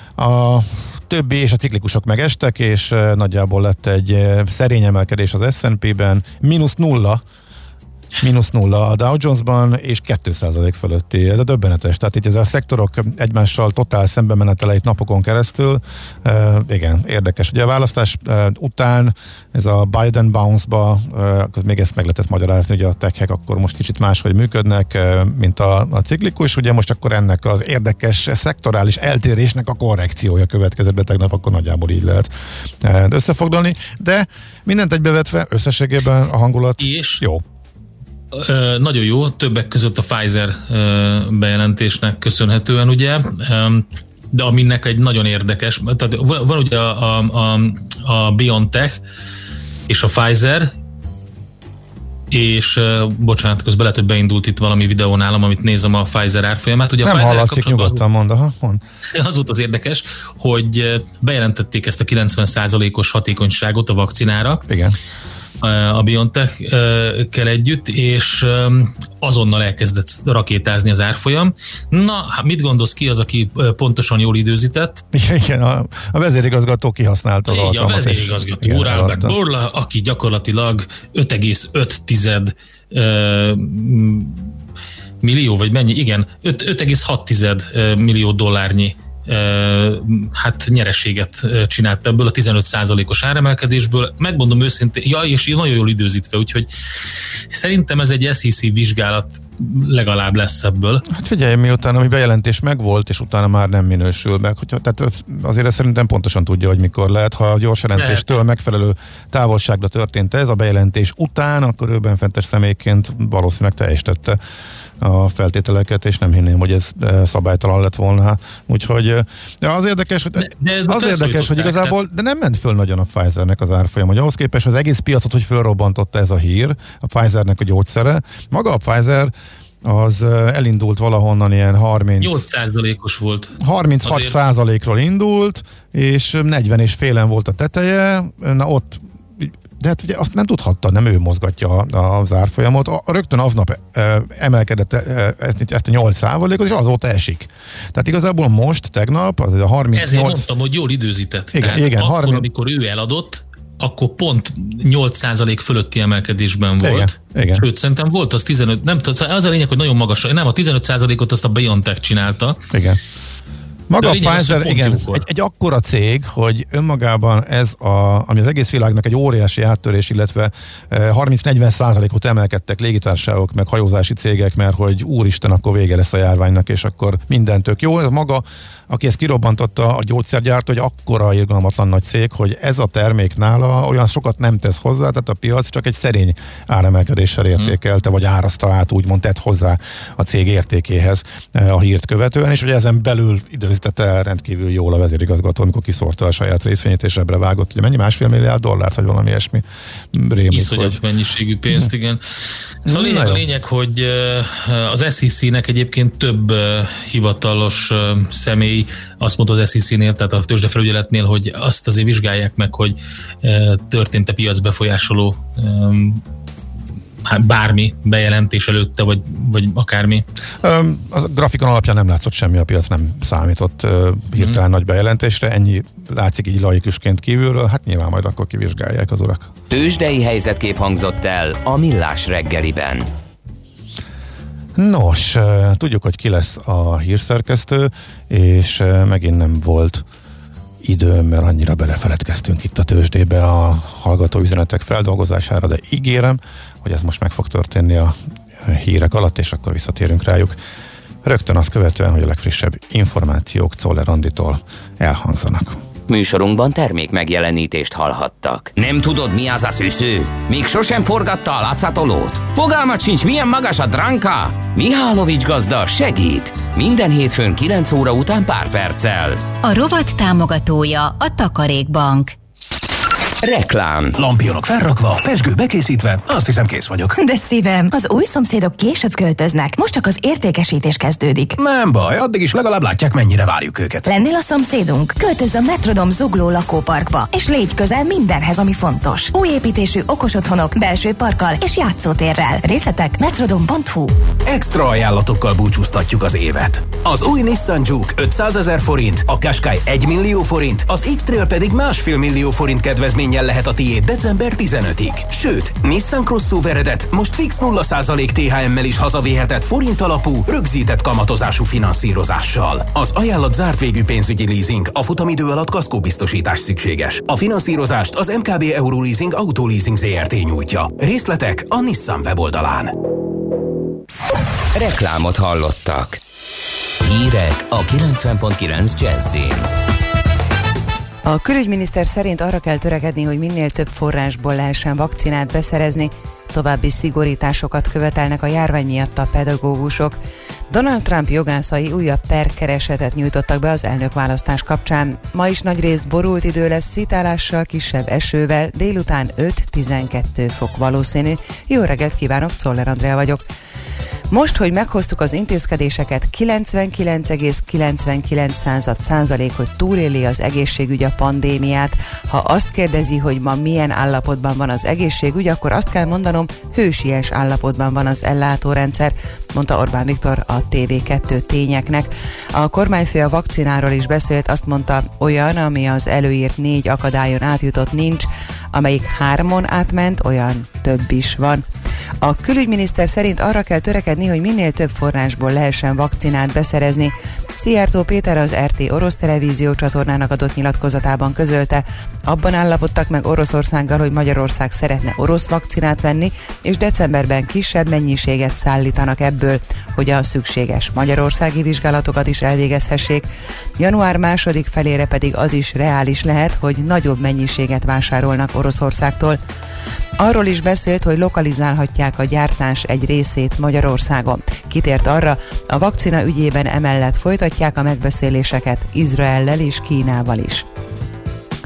a többi és a ciklikusok megestek, és e, nagyjából lett egy e, szerény emelkedés az es and pé-ben, mínusz nulla, mínusz nulla a Dow Jonesban, és két százalék fölötti. Ez a döbbenetes. Tehát itt ez a szektorok egymással totál szembemeneteleit napokon keresztül. Uh, igen, érdekes. Ugye a választás uh, után ez a Biden bounce-ba, uh, még ezt meg lehetett magyarázni, hogy a tech-ek akkor most kicsit máshogy működnek, uh, mint a, a ciklikus. Ugye most akkor ennek az érdekes szektorális eltérésnek a korrekciója következett be tegnap, akkor nagyjából így lehet uh, összefoglalni. De mindent egybevetve, összességében a hangulat és jó. Uh, nagyon jó, többek között a Pfizer uh, bejelentésnek köszönhetően, ugye, um, de aminek egy nagyon érdekes, tehát van, van ugye a, a, a BioNTech és a Pfizer, és uh, bocsánat, közben lehet, hogy beindult itt valami videó nálam, amit nézem a Pfizer árfolyamát. Ugye a nem hallatszik, nyugodtan mond, aha, mond. Az volt az érdekes, hogy bejelentették ezt a kilencven százalékos hatékonyságot a vakcinára. Igen. A BioNTech-kel együtt, és azonnal elkezdett rakétázni az árfolyam. Na, mit gondolsz, ki az, aki pontosan jól időzített? Igen, a, a vezérigazgató kihasználta az így, alkalmat. a vezérigazgató úr Albert Bourla, aki gyakorlatilag öt egész öt uh, millió, vagy mennyi? Igen, öt egész hat millió dollárnyi hát nyereséget csinált ebből a tizenöt százalékos áremelkedésből. Megmondom őszintén, ja, és nagyon jól időzítve, úgyhogy szerintem ez egy es i cé vizsgálat legalább lesz ebből. Hát figyelj, miután a bejelentés megvolt, és utána már nem minősül meg. Hogyha, tehát azért szerintem pontosan tudja, hogy mikor lehet. Ha a gyors jelentéstől megfelelő távolságra történt ez, a bejelentés után, akkor ő benfentes személyként valószínűleg teljesítette a feltételeket, és nem hinném, hogy ez szabálytalan lett volna. Úgyhogy de az érdekes, hogy, de, de az érdekes, hogy igazából, de nem ment föl nagyon a Pfizernek az árfolyam, hogy ahhoz képest az egész piacot, hogy fölrobbantotta ez a hír, a Pfizernek a gyógyszere. Maga a Pfizer az elindult valahonnan ilyen harminc nyolc százalékos volt. harminchat százalékról indult, és negyven és félen volt a teteje. Na ott de hát ugye azt nem tudhatta, nem ő mozgatja a, az árfolyamot. A, a rögtön aznap e, emelkedett e, ezt, ezt a nyolc százalékot, és azóta esik. Tehát igazából most, tegnap, az a harmincnyolc... Ezért mondtam, hogy jól időzített. Igen, Tehát igen, akkor, harminc... amikor ő eladott, akkor pont nyolc százalék fölötti emelkedésben volt. Igen, igen. Sőt, szerintem volt az tizenöt, nem tudom, az a lényeg, hogy nagyon magas, nem, a tizenöt százalékot azt a BioNTech csinálta. Igen. Maga a Pfizer, az, igen, egy, egy akkora cég, hogy önmagában ez, a, ami az egész világnak egy óriási áttörés, illetve harminc-negyven százalékot emelkedtek légitársaságok, meg hajózási cégek, mert hogy úristen, akkor vége lesz a járványnak, és akkor minden tök jó. Ez maga, aki ezt kirobbantotta, a gyógyszergyártó, hogy akkora irgalmatlan nagy cég, hogy ez a termék nála olyan sokat nem tesz hozzá, tehát a piac csak egy szerény áremelkedéssel értékelte, vagy árazta át, úgymond tett hozzá a cég értékéhez a hírt követően, és hogy ezen belül időzítette rendkívül jól a vezérigazgató, amikor kiszórta a saját részvényét, és ebbre vágott, ugye mennyi másfél milliárd dollárt, vagy valami ilyesmi rémlik. Iszonyat vagy... mennyiségű pénzt, igen. Szóval a lényeg, a lényeg, hogy az es i cé-nek egyébként több hivatalos személy azt mondta az es i cé-nél, tehát a tőzsdefelügyeletnél, hogy azt azért vizsgálják meg, hogy történt-e piacbefolyásoló bármi bejelentés előtte, vagy, vagy akármi. A grafikon alapján nem látszott semmi, a piac nem számított hirtelen hmm. nagy bejelentésre, ennyi látszik így laikusként kívülről, hát nyilván majd akkor kivizsgálják az urak. Tőzsdei helyzetkép hangzott el a Millás reggeliben. Nos, tudjuk, hogy ki lesz a hírszerkesztő, és megint nem volt időm, mert annyira belefeledkeztünk itt a tőzsdébe a hallgató üzenetek feldolgozására, de ígérem, hogy ez most meg fog történni a hírek alatt, és akkor visszatérünk rájuk. Rögtön azt követően, hogy a legfrissebb információk Czoller Anditól elhangzanak. Műsorunkban termék megjelenítést hallhattak. Nem tudod, mi az a szűző? Még sosem forgatta a látszatolót? Fogalmat sincs, milyen magas a dránka? Mihálovics gazda segít! Minden hétfőn kilenc óra után pár perccel. A rovat támogatója a Takarékbank. Reklám. Lampionok felrakva, pezsgő bekészítve, azt hiszem kész vagyok. De szívem, az új szomszédok később költöznek, most csak az értékesítés kezdődik. Nem baj, addig is legalább látják, mennyire várjuk őket. Lennél a szomszédunk? Költözz a Metrodom Zugló lakóparkba, és légy közel mindenhez, ami fontos. Új építésű okos otthonok, belső parkkal és játszótérrel. Részletek metrodom pont hu. Extra ajánlatokkal búcsúztatjuk az évet. Az új Nissan Juke ötszázezer forint, a Qashqai egy millió forint, az X-Trail pedig másfél millió forint kedvezmény lehet a tiéd december tizenötödikéig. Sőt, Nissan Crossoveredet most fix nulla százalék té há emmel is hazavihetett forint alapú, rögzített kamatozású finanszírozással. Az ajánlat zárt végű pénzügyi leasing, a futamidő alatt kaszkóbiztosítás szükséges. A finanszírozást az em ká bé Euroleasing Autoleasing zé er té nyújtja. Részletek a Nissan weboldalán. Reklámot hallottak. Hírek a kilencven pont kilenc Jazzin. A külügyminiszter szerint arra kell törekedni, hogy minél több forrásból lehessen vakcinát beszerezni, további szigorításokat követelnek a járvány miatt a pedagógusok. Donald Trump jogászai újabb perkeresetet nyújtottak be az elnökválasztás kapcsán. Ma is nagyrészt borult idő lesz, szitálással, kisebb esővel, délután öt-tizenkettő fok valószínű. Jó reggelt kívánok, Czoller Andrea vagyok. Most, hogy meghoztuk az intézkedéseket, kilencvenkilenc egész kilencvenkilenc százalék, hogy túléli az egészségügy a pandémiát. Ha azt kérdezi, hogy ma milyen állapotban van az egészségügy, akkor azt kell mondanom, hősies állapotban van az ellátórendszer, mondta Orbán Viktor a té vé kettő Tényeknek. A kormányfő a vakcináról is beszélt, azt mondta, olyan, ami az előírt négy akadályon átjutott nincs, amelyik hármon átment, olyan több is van. A külügyminiszter szerint arra kell törekedni, hogy minél több forrásból lehessen vakcinát beszerezni. Szijjártó Péter az er té orosz televízió csatornának adott nyilatkozatában közölte, abban állapodtak meg Oroszországgal, hogy Magyarország szeretne orosz vakcinát venni, és decemberben kisebb mennyiséget szállítanak ebből, hogy a szükséges magyarországi vizsgálatokat is elvégezhessék. Január második felére pedig az is reális lehet, hogy nagyobb mennyiséget vásárolnak Oroszországtól. Arról is beszélt, hogy lokalizálhatják a gyártás egy részét Magyarországon. Kitért arra, a vakcina ügyében emellett folytatják a megbeszéléseket Izraellel és Kínával is.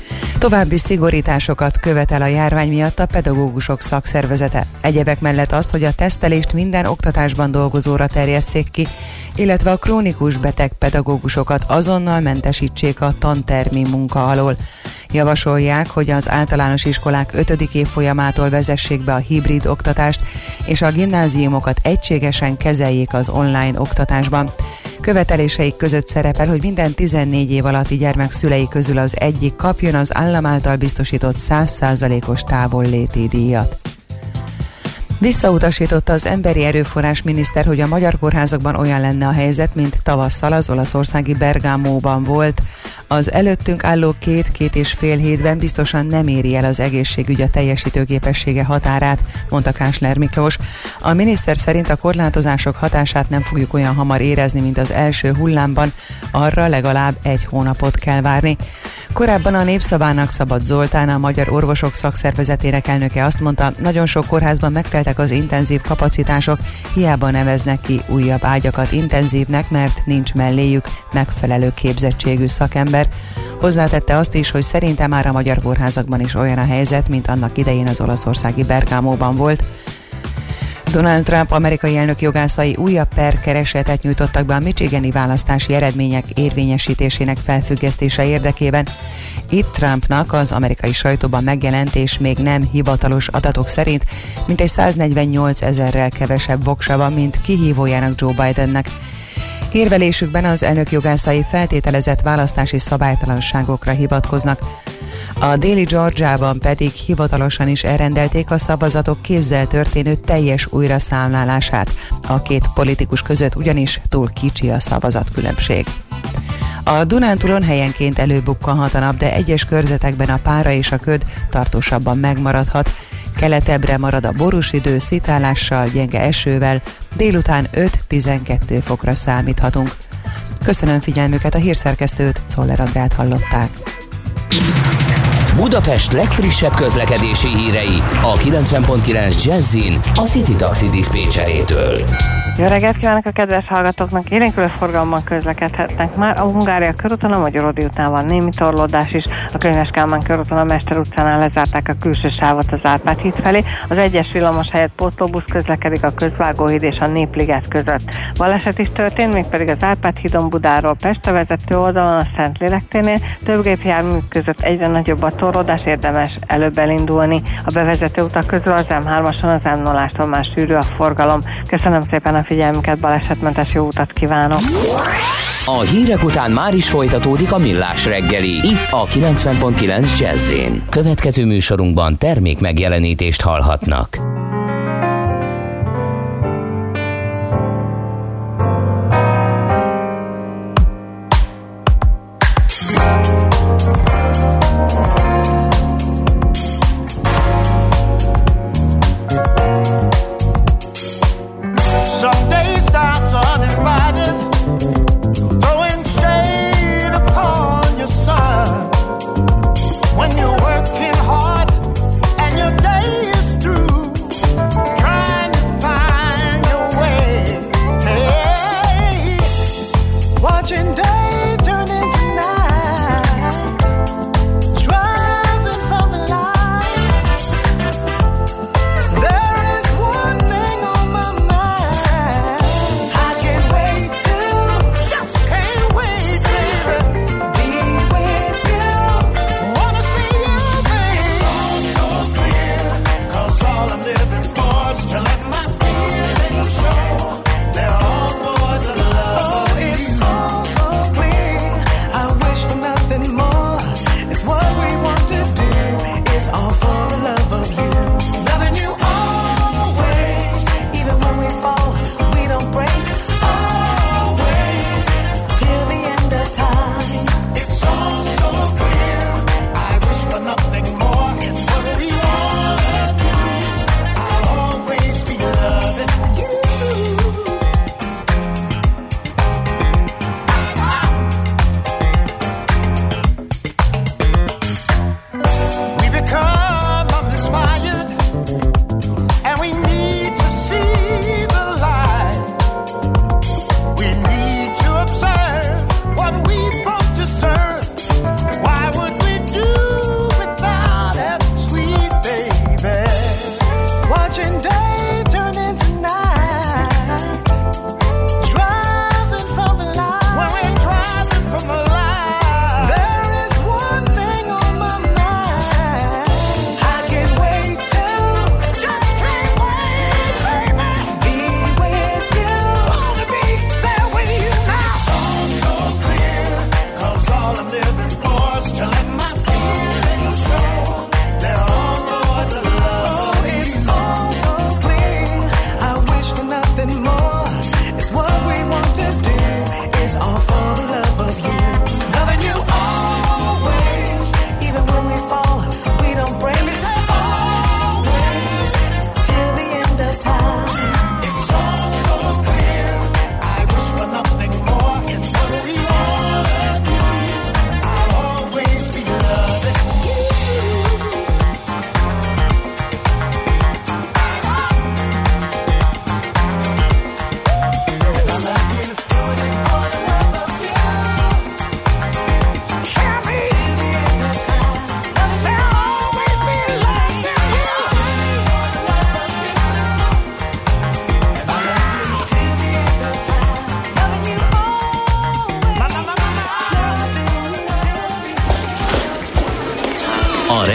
További szigorításokat követel a járvány miatt a pedagógusok szakszervezete. Egyebek mellett azt, hogy a tesztelést minden oktatásban dolgozóra terjesszék ki, illetve a krónikus beteg pedagógusokat azonnal mentesítsék a tantermi munka alól. Javasolják, hogy az általános iskolák ötödik évfolyamától vezessék be a hibrid oktatást, és a gimnáziumokat egységesen kezeljék az online oktatásban. Követeléseik között szerepel, hogy minden tizennégy év alatti gyermek szülei közül az egyik kapjon az állam által biztosított száz százalékos távolléti díjat. Visszautasította az emberi erőforrás miniszter, hogy a magyar kórházakban olyan lenne a helyzet, mint tavasszal az olaszországi Bergámóban volt. Az előttünk álló két-két és fél hétben biztosan nem éri el az egészségügy a teljesítőképessége határát, mondta Kásler Miklós. A miniszter szerint a korlátozások hatását nem fogjuk olyan hamar érezni, mint az első hullámban, arra legalább egy hónapot kell várni. Korábban a Népszavának Szabad Zoltán, a Magyar Orvosok Szakszervezetének elnöke azt mondta, nagyon sok kórházban megteltek az intenzív kapacitások, hiába neveznek ki újabb ágyakat intenzívnek, mert nincs melléjük megfelelő képzettségű szakember. Hozzátette azt is, hogy szerintem már a magyar kórházakban is olyan a helyzet, mint annak idején az olaszországi Bergámóban volt. Donald Trump amerikai elnök jogászai újabb perkeresetet nyújtottak be a michigani választási eredmények érvényesítésének felfüggesztése érdekében. Itt Trumpnak az amerikai sajtóban megjelent és még nem hivatalos adatok szerint mintegy száznegyvennyolc ezerrel kevesebb voksa van, mint kihívójának Joe Bidennek. Érvelésükben az elnök jogászai feltételezett választási szabálytalanságokra hivatkoznak. A déli Georgiában pedig hivatalosan is elrendelték a szavazatok kézzel történő teljes újraszámlálását. A két politikus között ugyanis túl kicsi a szavazatkülönbség. A Dunántúlon helyenként előbukkanhat a nap, de egyes körzetekben a pára és a köd tartósabban megmaradhat. Keletebbre marad a borús idő, szitálással, gyenge esővel, délután öt-tizenkettő fokra számíthatunk. Köszönöm figyelmüket, a hírszerkesztőt, Czoller Andrát hallották. Budapest legfrissebb közlekedési hírei a kilencven pont kilenc Jazzin a City Taxi diszpécserétől. Jó reggelt kívánok a kedves hallgatóknak! Élénkülő forgalomban közlekedhetnek már. A Hungária körúton, a Magyaródi után van némi torlódás is. A Könyves Kálmán körúton, a Mester utcánál lezárták a külső sávot az Árpád híd felé. Az egyes villamos helyett pótlóbusz közlekedik a Közvágóhíd és a Népliget között. Baleset is történt, mégpedig az Árpád hídon Budáról Pestre vezető oldalon, a Szentlélekténél. Több gépjármű között egyre nagyobb a torlódás, érdemes előbb elindulni. A bevezető utak közül az em hármason, az em nullától már sűrű a forgalom. Köszönöm szépen a figyelmüket, balesetmentes jó utat kívánok! A hírek után már is folytatódik a Millás reggeli, itt a kilencven pont kilenc Jazz-én. Következő műsorunkban termék megjelenítést hallhatnak. When you're working hard and your day is through,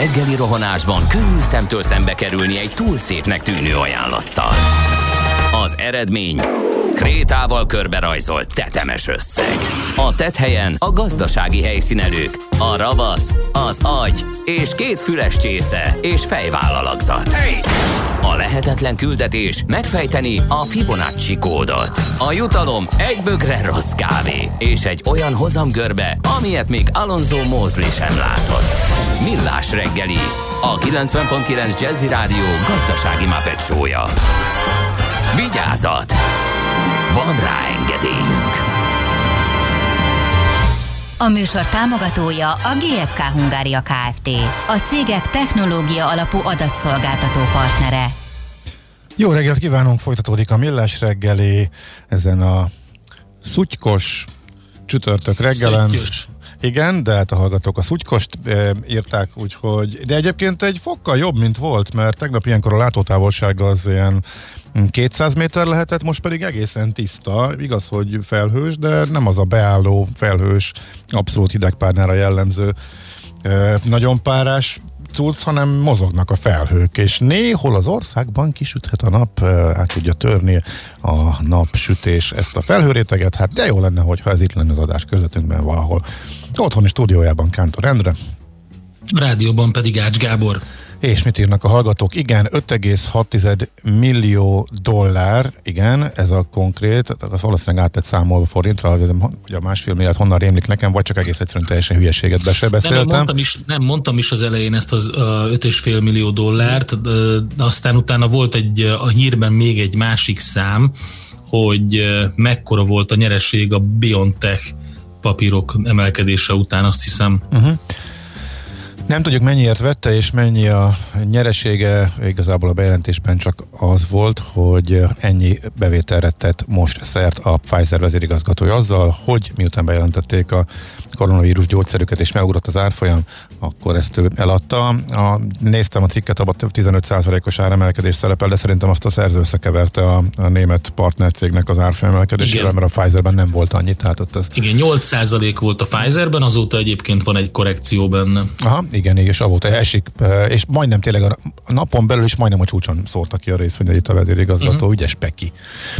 reggeli rohanásban könnyű szemtől szembe kerülni egy túl szépnek tűnő ajánlattal. Az eredmény krétával körberajzolt tetemes összeg. A tetthelyen a gazdasági helyszínelők, a ravasz, az agy és két füles csésze és fejvállalakzat. A lehetetlen küldetés megfejteni a Fibonacci kódot. A jutalom egy bögre rossz kávé és egy olyan hozamgörbe, amilyet még Alonso Mosley sem látott. Millás reggeli, a kilencven pont kilenc Jazzy Rádió gazdasági Muppet show-ja. Vigyázat! Van rá engedélyünk! A műsor támogatója a gé ef ká Hungária Kft. A cégek technológia alapú adatszolgáltató partnere. Jó reggelt kívánunk, folytatódik a Millás reggeli ezen a szutykos csütörtök reggelen. Szuttyos. Igen, de hát a hallgatók a szutykost e, írták, úgyhogy, de egyébként egy fokkal jobb, mint volt, mert tegnap ilyenkor a látótávolság az ilyen kétszáz méter lehetett, most pedig egészen tiszta, igaz, hogy felhős, de nem az a beálló felhős, abszolút hidegpárnára jellemző e, nagyon párás cucc, hanem mozognak a felhők, és néhol az országban kisüthet a nap, át tudja törni a napsütés ezt a felhőréteget, hát de jó lenne, hogyha ez itt lenne az adás közvetünkben valahol. Otthoni stúdiójában Kántor Endre. A rádióban pedig Ács Gábor. És mit írnak a hallgatók? Igen, öt egész hat millió dollár, igen, ez a konkrét, az valószínűleg átett számolva forintra, hogy a másfél milliárd honnan rémlik nekem, vagy csak egész egyszerűen teljesen hülyeséget be se beszéltem. Nem, mondtam is, nem, mondtam is az elején ezt az öt egész öt millió dollárt, de aztán utána volt egy, a hírben még egy másik szám, hogy mekkora volt a nyereség a BioNTech papírok emelkedése után, azt hiszem. Uh-huh. Nem tudjuk, mennyiért vette, és mennyi a nyeresége, igazából a bejelentésben csak az volt, hogy ennyi bevételre tett most szert a Pfizer vezérigazgatója azzal, hogy miután bejelentették a koronavírus gyógyszerüket és megugrott az árfolyam, akkor ezt ő eladta. A, néztem a cikket, abban tizenöt százalékos áremelkedés szerepel, de szerintem azt a szerző összekeverte a, a német partnercégnek az árfolyamelkedésével, mert a Pfizerben nem volt annyi, tehát ott az... Igen, nyolc százalék volt a Pfizerben, azóta egyébként van egy korrekció benne. Aha, igen, és avóta esik, és majdnem tényleg a napon belül is majdnem a csúcson szórta ki a részvényeit a vezérigazgató, uh-huh. ügyes Peki.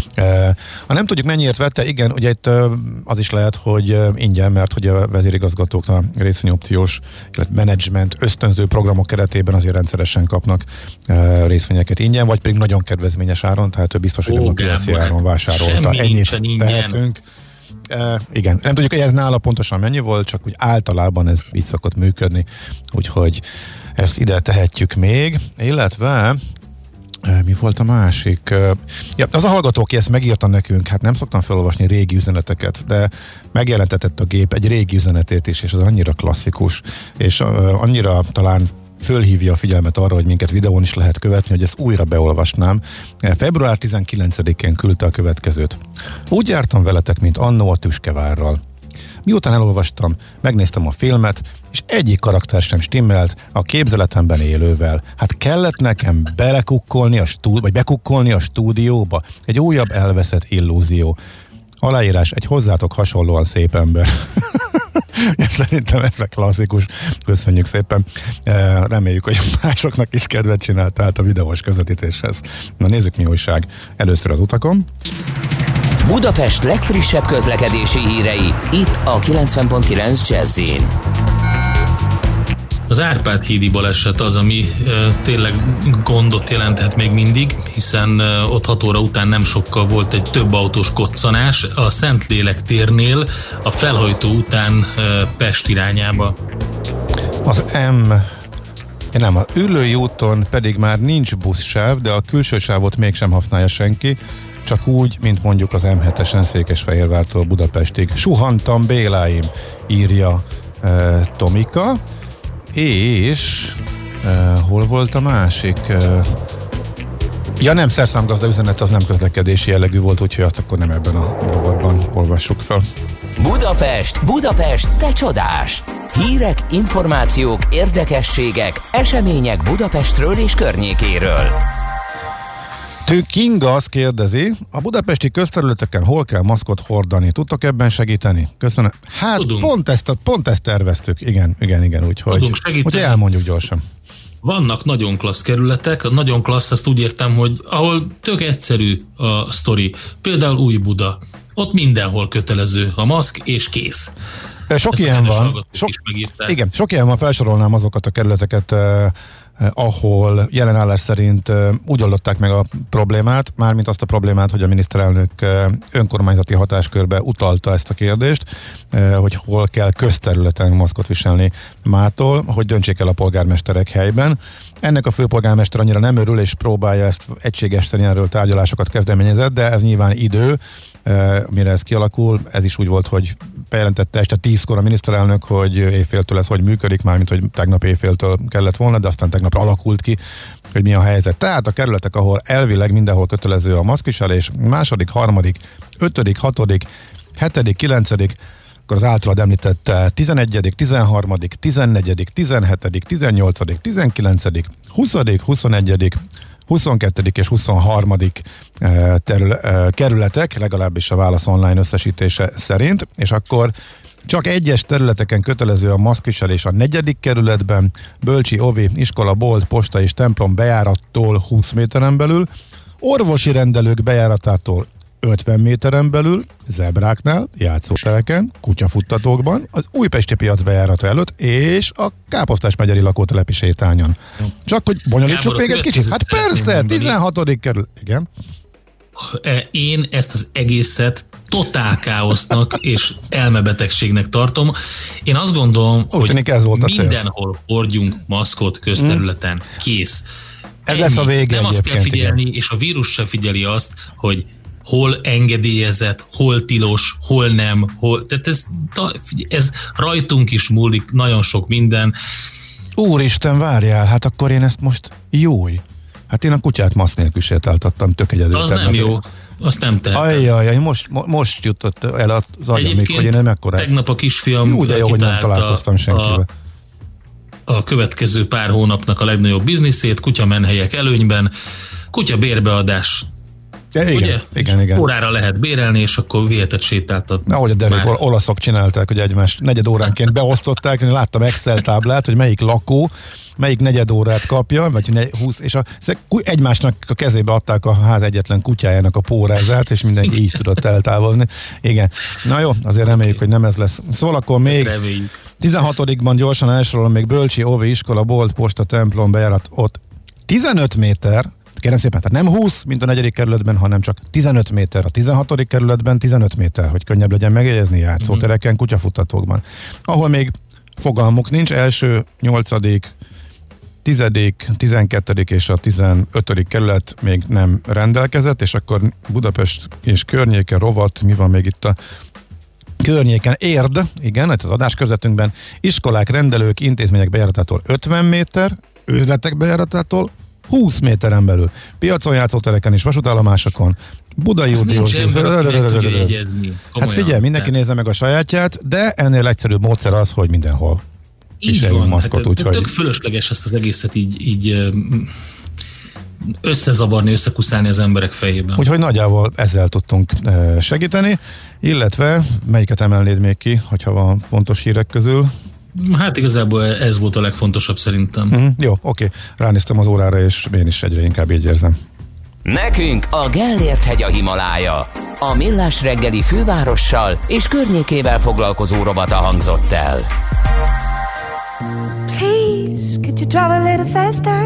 Ha nem tudjuk, mennyiért vette, igen, ugye itt az is lehet, hogy ingyen, mert hogy a vezérigazgatók a részvényopciós, illetve menedzsment ösztönző programok keretében azért rendszeresen kapnak részvényeket ingyen, vagy pedig nagyon kedvezményes áron, tehát ő biztos, hogy Ó, nem a piaci áron vásárolta. Ennyit tehetünk. Uh, igen, nem tudjuk, hogy ez nála pontosan mennyi volt, csak úgy általában ez így szokott működni, úgyhogy ezt ide tehetjük még, illetve uh, mi volt a másik? Uh, ja, az a hallgató, aki ezt megírta nekünk, hát nem szoktam felolvasni régi üzeneteket, de megjelentetett a gép egy régi üzenetét is, és az annyira klasszikus, és uh, annyira talán fölhívja a figyelmet arra, hogy minket videón is lehet követni, hogy ezt újra beolvasnám. február tizenkilencedikén küldte a következőt. Úgy jártam veletek, mint annó a Tüskevárral. Miután elolvastam, megnéztem a filmet, és egyik karakter sem stimmelt a képzeletemben élővel. Hát kellett nekem belekukkolni a stúd- vagy bekukkolni a stúdióba. Egy újabb elveszett illúzió. Aláírás, egy hozzátok hasonlóan szép ember. Szerintem ez a klasszikus. Köszönjük szépen. Reméljük, hogy másoknak is kedvet csinált tehát a videós közvetítéshez. Na nézzük, mi újság. Először az utakon. Budapest legfrissebb közlekedési hírei, itt a kilencven pont kilenc Jazzin. Az Árpád-hídi baleset az, ami e, tényleg gondot jelenthet még mindig, hiszen e, ott hat óra után nem sokkal volt egy több autós koccanás a Szentlélek térnél, a felhajtó után e, Pest irányába. Az M... Nem, a Üllői úton pedig már nincs buszsáv, de a külső sávot mégsem használja senki, csak úgy, mint mondjuk az M hetesen Székesfehérvártól Budapestig. Suhantam Béláim, írja e, Tomika. És uh, hol volt a másik? Uh, ja nem, szerszámgazda üzenet az nem közlekedési jellegű volt, úgyhogy azt akkor nem ebben a rovatban olvassuk fel. Budapest, Budapest, te csodás! Hírek, információk, érdekességek, események Budapestről és környékéről. Tő Kinga azt kérdezi, a budapesti közterületeken hol kell maszkot hordani? Tudtok ebben segíteni? Köszönöm. Hát pont ezt, pont ezt terveztük. Igen, igen, igen, úgyhogy, úgyhogy elmondjuk gyorsan. vannak nagyon klassz kerületek, a nagyon klassz, azt úgy értem, hogy ahol tök egyszerű a sztori. Például Újbuda. Ott mindenhol kötelező a maszk, és kész. Sok Ezt ilyen van. Sok, igen, sok ilyen van, felsorolnám azokat a kerületeket, eh, eh, ahol jelenállás szerint eh, úgy oldották meg a problémát, mármint azt a problémát, hogy a miniszterelnök eh, önkormányzati hatáskörbe utalta ezt a kérdést, eh, hogy hol kell közterületen maszkot viselni mától, hogy döntsék el a polgármesterek helyben. Ennek a főpolgármester annyira nem örül, és próbálja ezt egységesíteni, erről tárgyalásokat kezdeményezett, de ez nyilván idő, mire ez kialakul. Ez is úgy volt, hogy bejelentette este tízkor a miniszterelnök, hogy éjféltől ez hogy működik, mármint hogy tegnap éjféltől kellett volna, de aztán tegnapra alakult ki, hogy mi a helyzet. Tehát a kerületek, ahol elvileg mindenhol kötelező a maszkviselés, második, harmadik, ötödik, hatodik, hetedik, kilencedik, akkor az általad említett tizenegyedik, tizenharmadik, tizennegyedik, tizenhetedik, tizennyolcadik, tizenkilencedik, huszadik, huszonegyedik, huszonkettő és huszonharmadik terül, kerületek, legalábbis a Válasz online összesítése szerint, és akkor csak egyes területeken kötelező a maszkviselés a negyedik kerületben, bölcsi, ovi, iskola, bolt, posta és templom bejárattól húsz méteren belül, orvosi rendelők bejáratától ötven méteren belül, zebráknál, játszótereken, kutyafuttatókban, az újpesti piac bejárata előtt, és a Káposztás megyeri lakótelepi sétányon. Csak hogy bonyolítsuk még egy kicsit. Hát persze, tizenhatodik kerül. Igen. Én ezt az egészet totál káosznak és elmebetegségnek tartom. Én azt gondolom, Úgy hogy ez volt mindenhol hordjunk maszkot közterületen. Hmm. Kész. Ez lesz a vége. Nem azt kell figyelni, igen. És a vírus se figyeli azt, hogy hol engedélyezett, hol tilos, hol nem, hol... Tehát ez, ez rajtunk is múlik, nagyon sok minden. Úristen, várjál, hát akkor én ezt most jój. Hát én a kutyát maszk nélkül sétáltattam, tök egyedül. Az nem jó, azt nem tehetem. Ajjaj, most, most jutott el az agyamig, hogy én nem ekkorát. Tegnap a kisfiam jó, de jó, hogy nem találkoztam senkivel. A, a következő pár hónapnak a legnagyobb bizniszét, kutyamenhelyek előnyben, kutya bérbeadás. Ja, igen, ugye? Igen, igen. Órára lehet bérelni, és akkor viheted sétáltatni. Ahogy a derék olaszok csinálták, hogy egymást negyed óránként beosztották, én láttam Excel táblát, hogy melyik lakó, melyik negyed órát kapja, vagy húsz, és a, egymásnak a kezébe adták a ház egyetlen kutyájának a pórázát, és mindenki így tudott eltávozni. Igen. Na jó, azért reméljük, okay. hogy nem ez lesz. Szóval akkor még reméljük. tizenhatodikban gyorsan elsorolom, még bölcsi, ovi, iskola, bolt, posta, templom, bejárat, ott tizenöt méter, kérem szépen, tehát nem húsz, mint a negyedik kerületben, hanem csak tizenöt méter. A tizenhatodik kerületben tizenöt méter, hogy könnyebb legyen megjegyezni játszótereken, kutyafuttatókban. Ahol még fogalmuk nincs, első, nyolcadik, tizedik, tizenkettedik és a tizenötödik kerület még nem rendelkezett, és akkor Budapest és környéke, Rovat, mi van még itt a környéken, Érd, igen, az adáskörzetünkben, iskolák, rendelők, intézmények bejáratától ötven méter, üzletek bejáratától húsz méteren belül. Piacon, játszótereken és vasútállomásokon, Budai úti. Hát figyelj, mindenki nézze meg a sajátját, de ennél egyszerűbb módszer az, hogy mindenhol így van. Maszkot, hát, úgy, tök fölösleges ezt az egészet így, így összezavarni, összekuszálni az emberek fejében. Úgyhogy nagyjából ezzel tudtunk segíteni, illetve melyiket emelnéd még ki, hogyha van fontos hírek közül? Hát igazából ez volt a legfontosabb szerintem. Mm-hmm. Jó, oké. Ránéztem az órára, és én is egyre inkább így érzem. Nekünk a Gellért hegy a Himalája. A Millás reggeli fővárossal és környékével foglalkozó rovata hangzott el. Please, could you drive a little faster?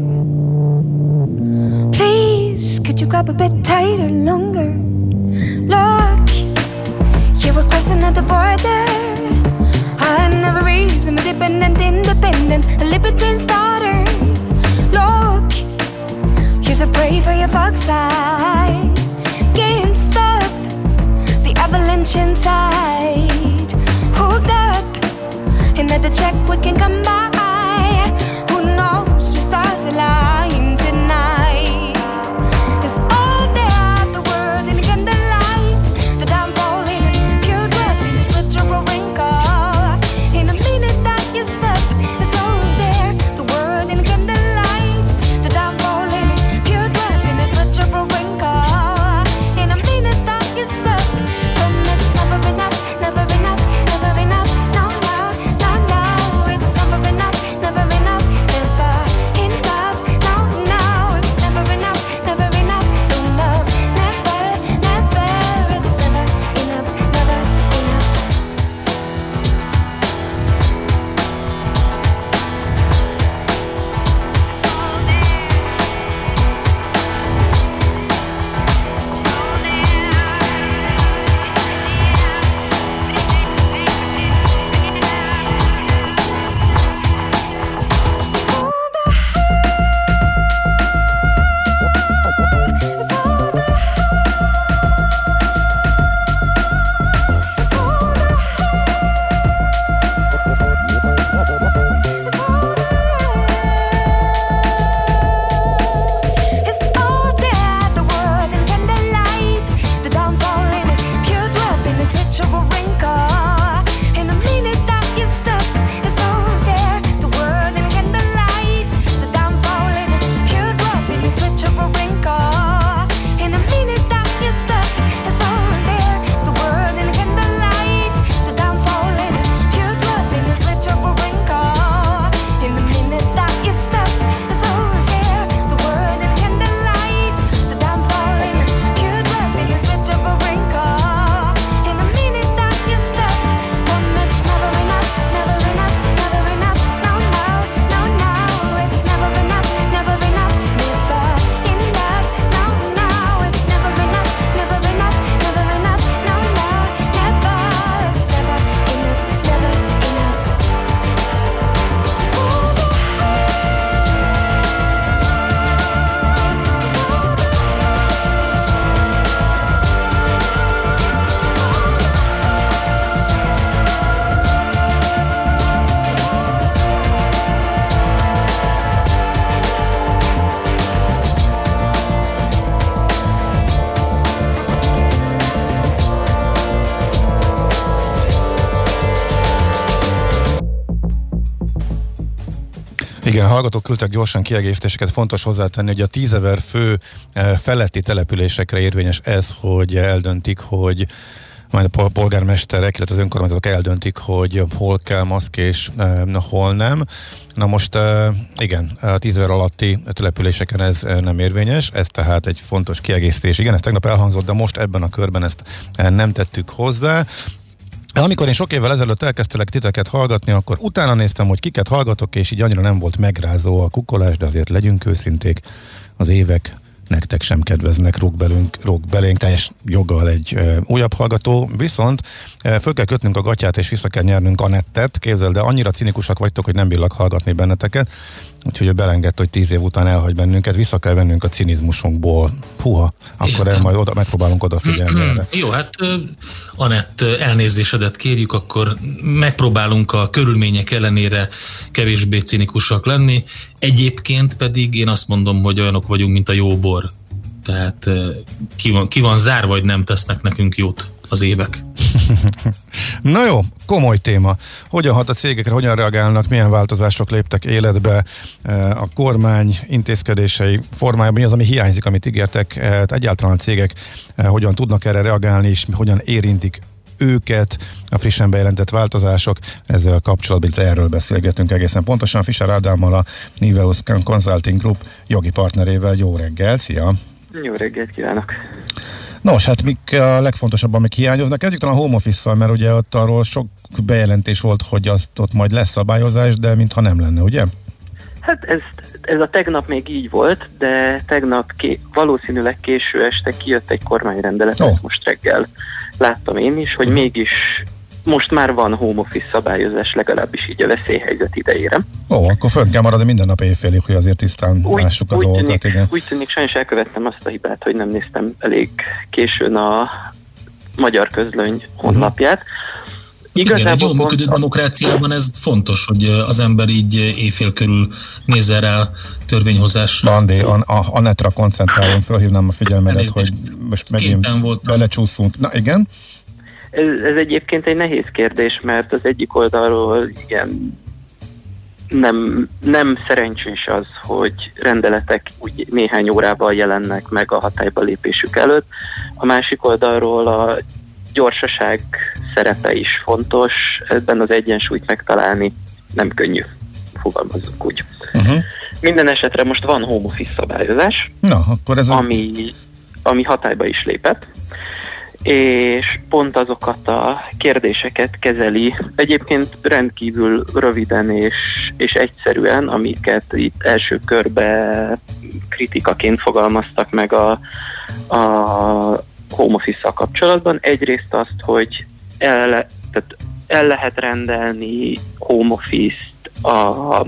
Please, could you grab a bit tighter, longer? Look, you were crossing at the border. I never reason, independent, independent, a libertine's daughter. Look, you're so brave for your fox side. Can't stop the avalanche inside. Hooked up, and at the check we can come by. Who knows, we stars align tonight. It's all there, the world in the candlelight. The downfall in pure blood, in the glitter of a wrinkle. In a minute that you step, it's all there, the world in the candlelight. The downfall in pure blood, in the glitter of a wrinkle. In a minute that you step, come it's never enough, never enough, never enough. No, no, no, no, it's never enough, never enough. Igen, hallgatók küldtek gyorsan kiegészítéseket, fontos hozzátenni, hogy a tízezer fő feletti településekre érvényes ez, hogy eldöntik, hogy majd a polgármesterek, illetve az önkormányzatok eldöntik, hogy hol kell maszk és hol nem. Na most igen, a tízezer alatti településeken ez nem érvényes, ez tehát egy fontos kiegészítés. Igen, ez tegnap elhangzott, de most ebben a körben ezt nem tettük hozzá. Amikor én sok évvel ezelőtt elkezdtelek titeket hallgatni, akkor utána néztem, hogy kiket hallgatok, és így annyira nem volt megrázó a kukolás, de azért legyünk őszinték, az évek nektek sem kedveznek, rúg, belünk, rúg belénk teljes joggal egy e, újabb hallgató, viszont e, föl kell kötnünk a gatyát, és vissza kell nyernünk Anettet, képzeld, de annyira cinikusak vagytok, hogy nem bírlak hallgatni benneteket, úgyhogy ő belengedte, hogy tíz év után elhagy bennünket, vissza kell vennünk a cinizmusunkból. Puha, akkor el majd oda, megpróbálunk odafigyelni erre. Jó, hát Anett, elnézésedet kérjük, akkor megpróbálunk a körülmények ellenére kevésbé cinikusak lenni. Egyébként pedig én azt mondom, hogy olyanok vagyunk, mint a jó bor. Tehát ki van, ki van zárva, vagy nem tesznek nekünk jót az évek. Na jó, komoly téma. Hogyan hat a cégekre, hogyan reagálnak, milyen változások léptek életbe, a kormány intézkedései formájában, mi az, ami hiányzik, amit ígértek, egyáltalán a cégek hogyan tudnak erre reagálni, és hogyan érintik őket a frissen bejelentett változások. Ezzel kapcsolatban erről beszélgetünk egészen pontosan. Fischer Ádámmal, a Niveus Consulting Group jogi partnerével. Jó reggel, szia! Jó reggelt kívánok! Nos, hát mik a legfontosabb, amik hiányoznak? Kezdjük talán a home office-szal, mert ugye ott arról sok bejelentés volt, hogy azt ott majd lesz szabályozás, de mintha nem lenne, ugye? Hát ez, ez a tegnap még így volt, de tegnap ké, valószínűleg késő este kijött egy kormányrendelet, oh. most reggel láttam én is, hogy mégis most már van home office szabályozás, legalábbis így a veszélyhelyzet idejére. Ó, akkor fönn kell maradni minden nap éjfélig, hogy azért tisztán úgy, lássuk a úgy dolgokat. Tűnik, igen. Úgy tűnik, sajnos elkövettem azt a hibát, hogy nem néztem elég későn a Magyar Közlöny honlapját. Igazából igen, egy jól működő pont... demokráciában ez fontos, hogy az ember így éjfél körül nézze rá a törvényhozásra. Andi, a, a, a netra koncentráljon, felhívnám a figyelmedet, elég, hogy most megint belecsúszunk. Na igen? Ez, ez egyébként egy nehéz kérdés, mert az egyik oldalról igen, nem, nem szerencsés az, hogy rendeletek úgy néhány órával jelennek meg a hatályba lépésük előtt. A másik oldalról a gyorsaság szerepe is fontos, ebben az egyensúlyt megtalálni nem könnyű, fogalmazunk úgy. Uh-huh. Minden esetre most van home office szabályozás, Na, akkor ez a... ami, ami hatályba is lépett, és pont azokat a kérdéseket kezeli, egyébként rendkívül röviden és, és egyszerűen, amiket itt első körbe kritikaként fogalmaztak meg a, a home office-szal kapcsolatban. Egyrészt azt, hogy el, le, tehát el lehet rendelni home office-t a,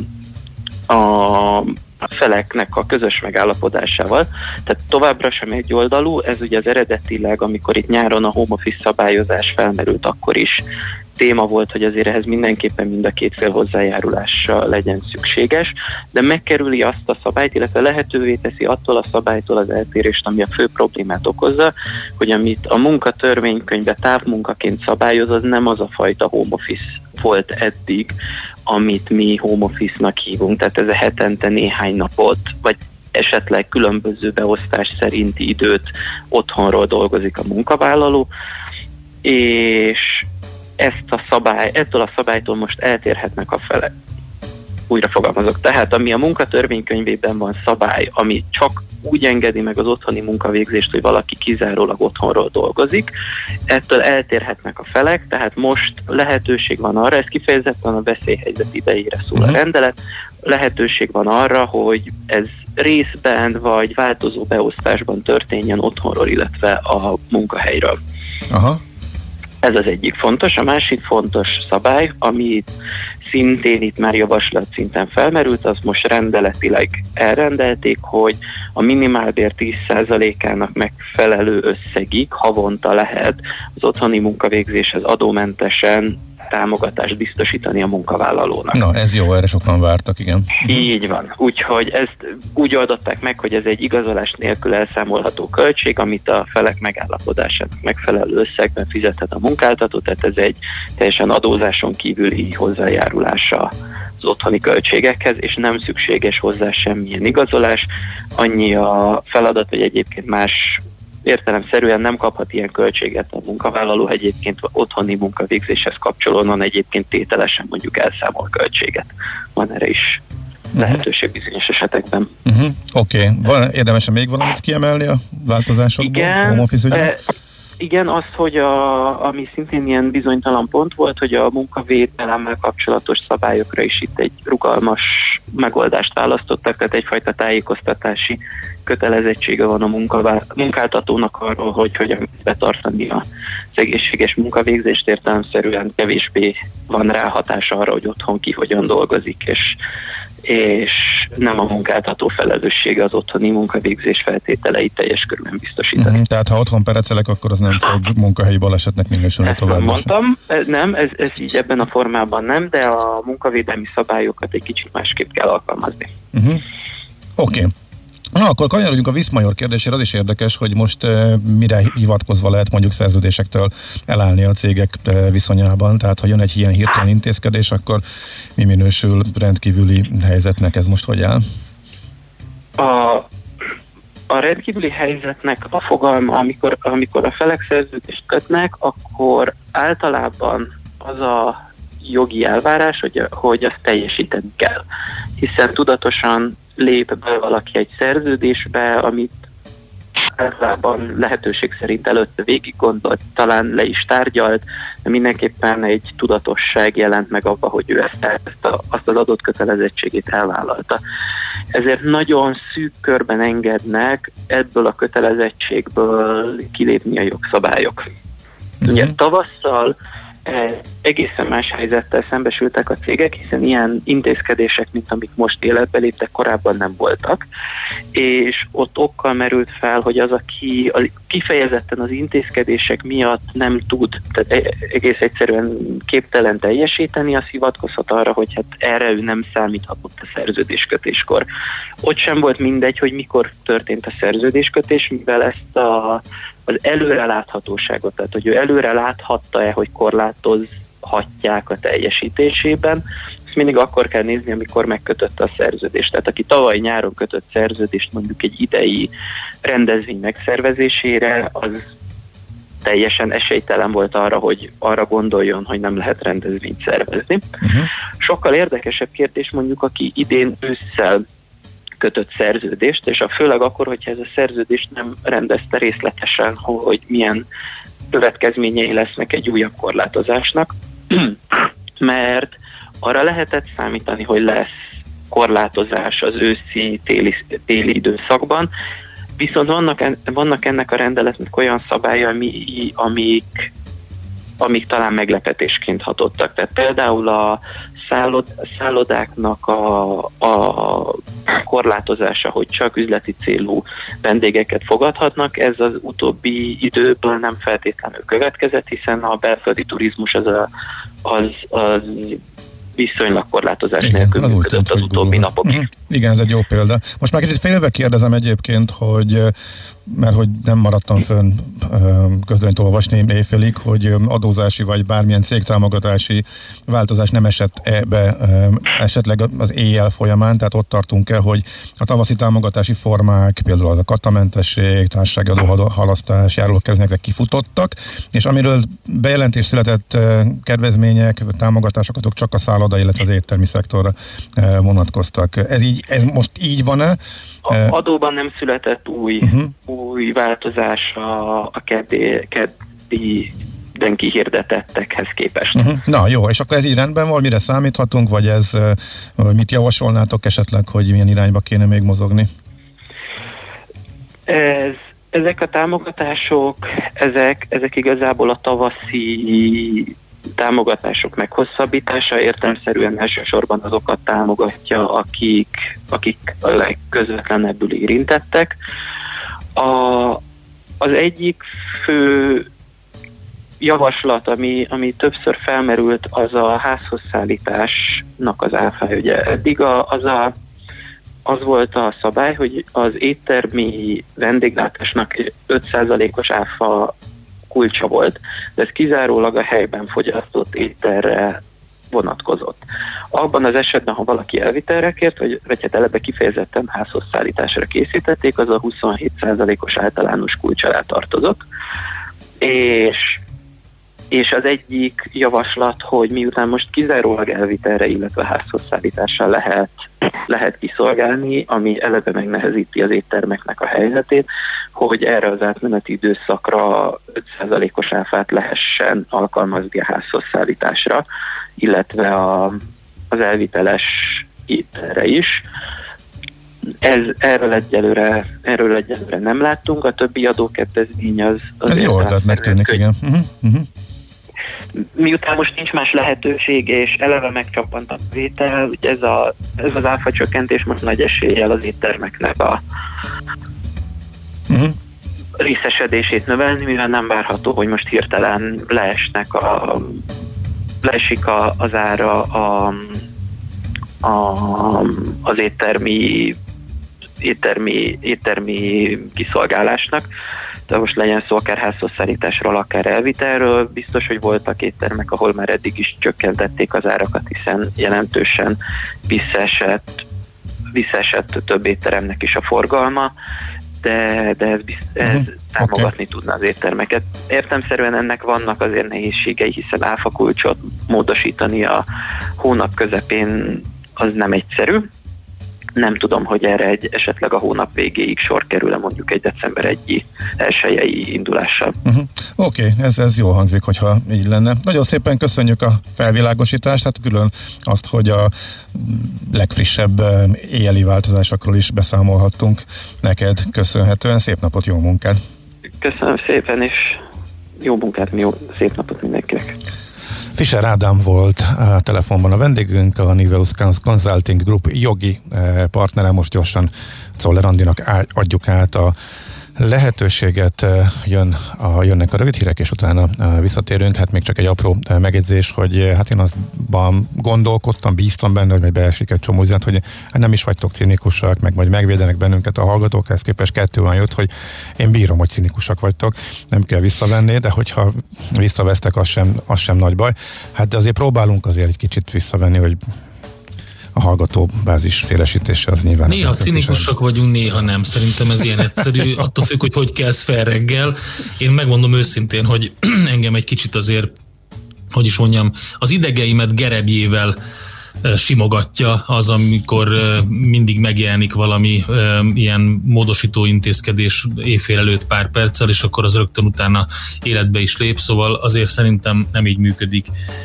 a feleknek a közös megállapodásával. Tehát továbbra sem egy oldalú, ez ugye az eredetileg, amikor itt nyáron a home office szabályozás felmerült, akkor is téma volt, hogy azért ehhez mindenképpen mind a két fél hozzájárulása legyen szükséges, de megkerüli azt a szabályt, illetve lehetővé teszi attól a szabálytól az eltérést, ami a fő problémát okozza, hogy amit a munkatörvénykönyvbe távmunkaként szabályoz, az nem az a fajta home office volt eddig, amit mi home office-nak hívunk, tehát ez a hetente néhány napot, vagy esetleg különböző beosztás szerinti időt otthonról dolgozik a munkavállaló, és ezt a szabály, ettől a szabálytól most eltérhetnek a felek. Újra fogalmazok. Tehát ami a munkatörvénykönyvében van szabály, ami csak úgy engedi meg az otthoni munkavégzést, hogy valaki kizárólag otthonról dolgozik, ettől eltérhetnek a felek, tehát most lehetőség van arra, ez kifejezetten a veszélyhelyzet idejére szól a rendelet, lehetőség van arra, hogy ez részben vagy változó beosztásban történjen otthonról, illetve a munkahelyről. Aha. Ez az egyik fontos. A másik fontos szabály, ami szintén itt már javaslat szinten felmerült, az most rendeletileg elrendelték, hogy a minimálbér tíz százalékának megfelelő összegig havonta lehet az otthoni munkavégzéshez adómentesen támogatást biztosítani a munkavállalónak. Na, ez jó, erre sokan vártak, igen. Így van. Úgyhogy ezt úgy oldották meg, hogy ez egy igazolás nélkül elszámolható költség, amit a felek megállapodásának megfelelő összegben fizethet a munkáltató, tehát ez egy teljesen adózáson kívüli hozzájárulása otthoni költségekhez, és nem szükséges hozzá semmilyen igazolás, annyi a feladat, hogy egyébként más értelemszerűen nem kaphat ilyen költséget a munkavállaló, egyébként otthoni munkavégzéshez kapcsolódóan egyébként tételesen mondjuk elszámol költséget. Van erre is lehetőség bizonyos esetekben. Uh-huh. Oké, okay. Van érdemesen még valamit kiemelni a változásokból? Igen, e, igen, az, hogy a, ami szintén ilyen bizonytalan pont volt, hogy a munkavédelemmel kapcsolatos szabályokra is itt egy rugalmas megoldást választottak, tehát egyfajta tájékoztatási kötelezettsége van a munkavá, munkáltatónak arról, hogy hogyan betartani az egészséges munkavégzést, értelemszerűen kevésbé van ráhatása arra, hogy otthon ki hogyan dolgozik, és és nem a munkáltató felelőssége az otthoni munkavégzés feltételeit teljes körülön biztosítani. Uh-huh. Tehát ha otthon perecelek, akkor az nem fog munkahelyi balesetnek minősülni tovább. Nem mondtam, nem, ez, ez így ebben a formában nem, de a munkavédelmi szabályokat egy kicsit másképp kell alkalmazni. Uh-huh. Oké. Okay. Na, akkor kanyarodjunk a Viszmajor kérdésére, az is érdekes, hogy most e, mire hivatkozva lehet mondjuk szerződésektől elállni a cégek e, viszonyában, tehát ha jön egy ilyen hirtelen intézkedés, akkor mi minősül rendkívüli helyzetnek, ez most hogy áll? A, a rendkívüli helyzetnek a fogalma, amikor, amikor a felek szerződést kötnek, akkor általában az a jogi elvárás, hogy, hogy azt teljesíteni kell, hiszen tudatosan lép be valaki egy szerződésbe, amit általában lehetőség szerint előtte végig gondolt, talán le is tárgyalt, de mindenképpen egy tudatosság jelent meg abba, hogy ő ezt, ezt a, azt az adott kötelezettségét elvállalta. Ezért nagyon szűk körben engednek ebből a kötelezettségből kilépni a jogszabályok. Uh-huh. Ugye tavasszal egészen más helyzettel szembesültek a cégek, hiszen ilyen intézkedések, mint amik most életbe léptek, korábban nem voltak, és ott okkal merült fel, hogy az, aki kifejezetten az intézkedések miatt nem tud, tehát egész egyszerűen képtelen teljesíteni, az hivatkozhat arra, hogy hát erre ő nem számíthatott a szerződéskötéskor. Ott sem volt mindegy, hogy mikor történt a szerződéskötés, mivel ezt a az előreláthatóságot, tehát hogy ő előre láthatta-e, hogy korlátozhatják a teljesítésében, ezt mindig akkor kell nézni, amikor megkötötte a szerződést. Tehát aki tavaly nyáron kötött szerződést mondjuk egy idei rendezvény megszervezésére, az teljesen esélytelen volt arra, hogy arra gondoljon, hogy nem lehet rendezvényt szervezni. Uh-huh. Sokkal érdekesebb kérdés mondjuk, aki idén ősszel kötött szerződést, és a főleg akkor, hogyha ez a szerződést nem rendezte részletesen, hogy milyen következményei lesznek egy újabb korlátozásnak, mert arra lehetett számítani, hogy lesz korlátozás az őszi téli, téli időszakban, viszont vannak, en, vannak ennek a rendeletnek olyan szabálya, ami, amik, amik talán meglepetésként hatottak. Tehát például a szállod, szállodáknak a, a korlátozása, hogy csak üzleti célú vendégeket fogadhatnak, ez az utóbbi időből nem feltétlenül következett, hiszen a belföldi turizmus az, a, az, az viszonylag korlátozás igen, nélkül az működött az utóbbi napokig. Uh-huh. Igen, ez egy jó példa. Most már kicsit félve kérdezem egyébként, hogy mert hogy nem maradtam fönn közleményt olvasni éjfélig, hogy adózási vagy bármilyen cégtámogatási változás nem esett be esetleg az éjjel folyamán, tehát ott tartunk-e, hogy a tavaszi támogatási formák, például az a kattamentesség, társasági adóhalasztás, járulékkedvezmények kifutottak, és amiről bejelentés született kedvezmények, támogatások, azok csak a szálloda, illetve az éttermi szektorra vonatkoztak. Ez így, ez most így van-e? A adóban nem született új, uh-huh. új változás a, a keddi, keddi den kihirdettettekhez képest. Uh-huh. Na jó, és akkor ez így rendben van, mire számíthatunk, vagy ez, vagy mit javasolnátok esetleg, hogy milyen irányba kéne még mozogni? Ez, ezek a támogatások, ezek, ezek igazából a tavaszi támogatások meghosszabbítása értelemszerűen elsősorban azokat támogatja, akik, akik a legközvetlenebbül érintettek. A, az egyik fő javaslat, ami, ami többször felmerült, az a házhoz szállításnak az áfája. Ugye eddig a, az, a, az volt a szabály, hogy az éttermi vendéglátásnak öt százalékos áfa kulcsa volt, de ez kizárólag a helyben fogyasztott ételre vonatkozott. Abban az esetben, ha valaki elvitelre kért, vagy, vagy hát eleve kifejezetten házhoz szállításra készítették, az a huszonhét százalékos általános kulcs alá tartozott, és és az egyik javaslat, hogy miután most kizárólag elvitelre, illetve házhoz szállítással lehet, lehet kiszolgálni, ami eleve megnehezíti az éttermeknek a helyzetét, hogy erre az átmeneti időszakra öt százalékos áfát lehessen alkalmazni a házhoz szállításra, illetve a, az elviteles ételre is. Ez, erről, egyelőre, erről egyelőre nem láttunk, a többi adókedvezmény az... az ez jó ötletnek tűnik, igen. Uh-huh, uh-huh. Miután most nincs más lehetőség, és eleve megcsappant a vétel, ez, a, ez az áfa csökkentés most nagy eséllyel az éttermeknek a uh-huh. részesedését növelni, mivel nem várható, hogy most hirtelen leesnek a, leesik a, az ára a, a, az éttermi, éttermi, éttermi kiszolgálásnak. De most legyen szó akár házhoz szállításról, akár elvitelről. Biztos, hogy voltak éttermek, ahol már eddig is csökkentették az árakat, hiszen jelentősen visszaesett, visszaesett több étteremnek is a forgalma, de, de ez, ez uh-huh. támogatni okay. tudna az éttermeket. Értelemszerűen ennek vannak azért nehézségei, hiszen áfakulcsot módosítani a hónap közepén az nem egyszerű. Nem tudom, hogy erre egy, esetleg a hónap végéig sor kerül-e mondjuk egy december elsejei indulással. Uh-huh. Oké, okay, ez, ez jól hangzik, hogyha így lenne. Nagyon szépen köszönjük a felvilágosítást, tehát külön azt, hogy a legfrissebb éjjeli változásokról is beszámolhattunk neked köszönhetően. Szép napot, jó munkát! Köszönöm szépen, és jó munkát, jó szép napot mindenkinek! Fischer Ádám volt a telefonban a vendégünk, a Nivelus Consulting Group jogi partnere. Most gyorsan Czoller Andinak adjuk át a lehetőséget, jön a, jönnek a rövid hírek, és utána visszatérünk. Hát még csak egy apró megjegyzés, hogy hát én azban gondolkodtam, bíztam benne, hogy majd beesik egy csomó üzenet, hogy hát nem is vagytok cinikusak, meg majd megvédenek bennünket a hallgatók, ehhez képest kettő olyan jött, hogy én bírom, hogy cinikusak vagytok, nem kell visszavenni, de hogyha visszavesztek, az sem, az sem nagy baj. Hát de azért próbálunk azért egy kicsit visszavenni, hogy a hallgató bázis szélesítése az nyilván... Néha cinikusak vagyunk, néha nem. Szerintem ez ilyen egyszerű. Attól függ, hogy hogy kelsz fel reggel. Én megmondom őszintén, hogy engem egy kicsit azért, hogy is mondjam, az idegeimet gerebjével simogatja az, amikor mindig megjelenik valami ilyen módosító intézkedés éjfél előtt pár perccel, és akkor az rögtön utána életbe is lép, szóval azért szerintem nem így működik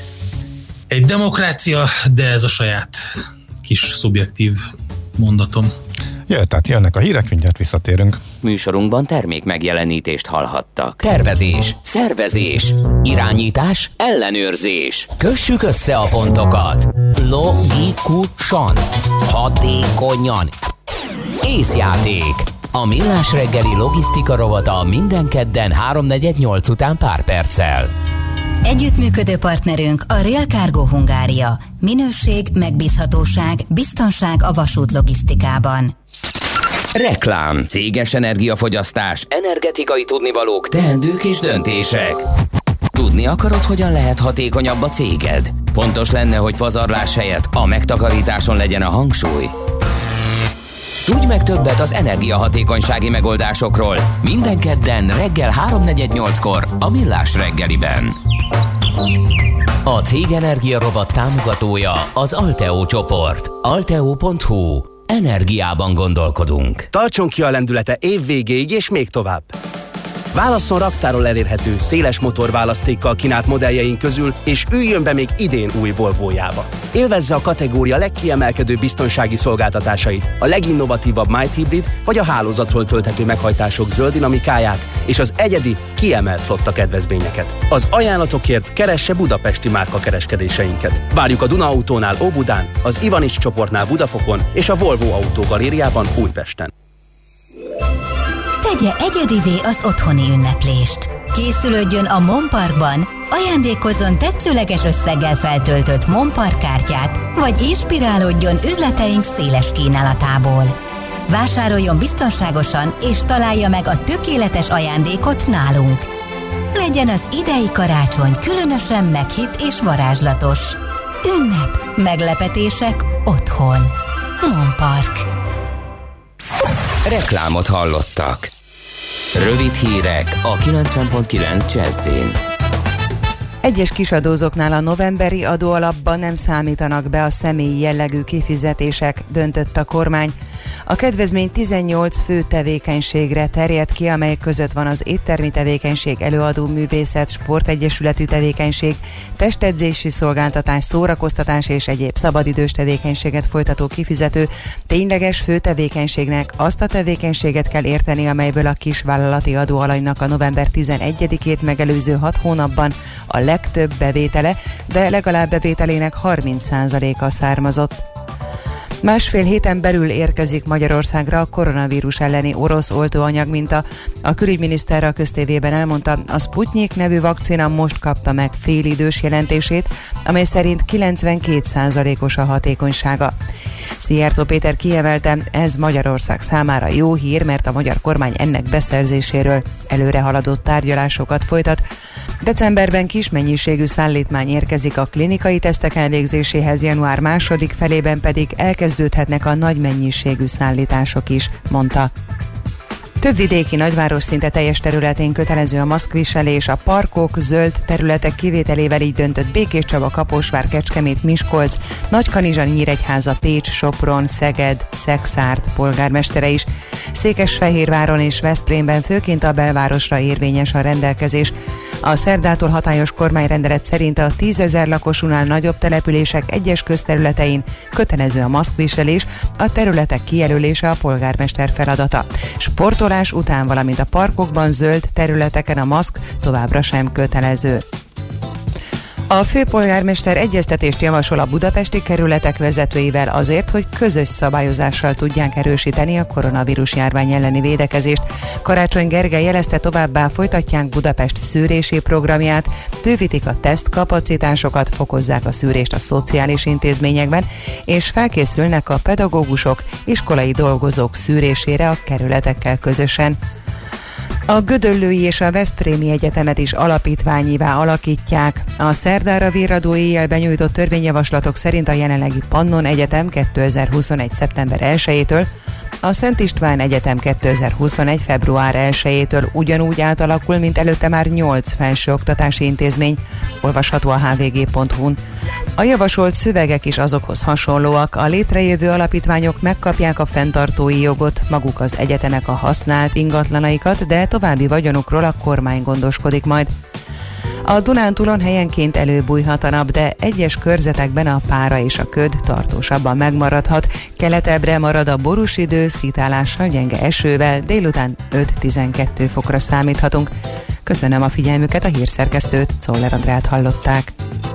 egy demokrácia, de ez a saját kis szubjektív mondatom. Jö, tehát jönnek a hírek, mindjárt visszatérünk. Műsorunkban termék megjelenítést hallhattak. Tervezés, szervezés, irányítás, ellenőrzés. Kössük össze a pontokat. Logikusan, hatékonyan. Észjáték. A Millás reggeli logisztika rovata minden kedden háromnegyednyolc után pár perccel. Együttműködő partnerünk a Rail Cargo Hungária. Minőség, megbízhatóság, biztonság a vasút logisztikában. Reklám, céges energiafogyasztás, energetikai tudnivalók, teendők és döntések. Tudni akarod, hogyan lehet hatékonyabb a céged? Fontos lenne, hogy pazarlás helyett a megtakarításon legyen a hangsúly. Tudj meg többet az energiahatékonysági megoldásokról minden kedden reggel háromnegyednyolckor a Millás reggeliben. A Cég Energia rovat támogatója az Alteo csoport. alteo pont hu. Energiában gondolkodunk. Tartson ki a lendülete év végéig és még tovább. Válasszon raktáról elérhető, széles motorválasztékkal kínált modelljeink közül, és üljön be még idén új Volvojába. Élvezze a kategória legkiemelkedőbb biztonsági szolgáltatásait, a leginnovatívabb Might Hybrid vagy a hálózatról tölthető meghajtások zöld dinamikáját és az egyedi, kiemelt flotta kedvezményeket. Az ajánlatokért keresse budapesti márka kereskedéseinket. Várjuk a Duna Autónál Óbudán, az Ivanics csoportnál Budafokon és a Volvo Autó Galériában Újpesten. Tegye egyedivé az otthoni ünneplést. Készülődjön a Mon Parkban, ajándékozzon tetszőleges összeggel feltöltött Mon Park kártyát, vagy inspirálódjon üzleteink széles kínálatából. Vásároljon biztonságosan, és találja meg a tökéletes ajándékot nálunk. Legyen az idei karácsony különösen meghitt és varázslatos. Ünnep, meglepetések otthon. Monpark. Reklámot hallottak. Rövid hírek a kilencven pont kilenc Jazzin. Egyes kisadózóknál a novemberi adóalapban nem számítanak be a személyi jellegű kifizetések, döntött a kormány. A kedvezmény tizennyolc fő tevékenységre terjed ki, amelyek között van az éttermi tevékenység, előadó művészet, sportegyesületű tevékenység, testedzési szolgáltatás, szórakoztatás és egyéb szabadidős tevékenységet folytató kifizető. Tényleges fő tevékenységnek azt a tevékenységet kell érteni, amelyből a kisvállalati adóalanynak a november tizenegyedikét megelőző hat hónapban a legtöbb bevétele, de legalább bevételének harminc százaléka származott. Másfél héten belül érkezik Magyarországra a koronavírus elleni orosz oltóanyag minta. A külügyminiszter a köztévében elmondta, a Sputnik nevű vakcina most kapta meg félidős jelentését, amely szerint kilencvenkét százalékos a hatékonysága. Szijjártó Péter kiemelte, ez Magyarország számára jó hír, mert a magyar kormány ennek beszerzéséről előre haladott tárgyalásokat folytat. Decemberben kis mennyiségű szállítmány érkezik a klinikai tesztek elvégzéséhez, január második felében pedig elkezdődhetnek a nagy mennyiségű szállítások is, mondta. Több vidéki nagyváros szinte teljes területén kötelező a maszkviselés, a parkok, zöld területek kivételével így döntött Békéscsaba, Kaposvár, Kecskemét, Miskolc, Nagykanizsa, Nyíregyháza, Pécs, Sopron, Szeged, Szekszárd polgármestere is. Székesfehérváron és Veszprémben főként a belvárosra érvényes a rendelkezés. A szerdától hatályos kormányrendelet szerint a tízezer lakosúnál nagyobb települések egyes közterületein kötelező a maszkviselés, a területek kijelölése a polgármester feladata. Sportolás után, valamint a parkokban, zöld területeken a maszk továbbra sem kötelező. A főpolgármester egyeztetést javasol a budapesti kerületek vezetőivel azért, hogy közös szabályozással tudják erősíteni a koronavírus járvány elleni védekezést. Karácsony Gergely jelezte, továbbá folytatják Budapest szűrési programját, bővítik a tesztkapacitásokat, fokozzák a szűrést a szociális intézményekben, és felkészülnek a pedagógusok, iskolai dolgozók szűrésére a kerületekkel közösen. A Gödöllői és a Veszprémi Egyetemet is alapítványivá alakítják. A szerdára virradó éjjel benyújtott törvényjavaslatok szerint a jelenlegi Pannon Egyetem kétezer-huszonegy. szeptember elsejétől, a Szent István Egyetem kétezer-huszonegy. február elsejétől ugyanúgy átalakul, mint előtte már nyolc felsőoktatási intézmény, olvasható a há vé gé pont hu-n. A javasolt szövegek is azokhoz hasonlóak, a létrejövő alapítványok megkapják a fenntartói jogot, maguk az egyetemek a használt ingatlanaikat, de további vagyonukról a kormány gondoskodik majd. A Dunántúlon helyenként előbújhat a nap, de egyes körzetekben a pára és a köd tartósabban megmaradhat. Keletebbre marad a borús idő, szítálással, gyenge esővel, délután öt-tizenkét fokra számíthatunk. Köszönöm a figyelmüket, a hírszerkesztőt, Czoller Andrát hallották.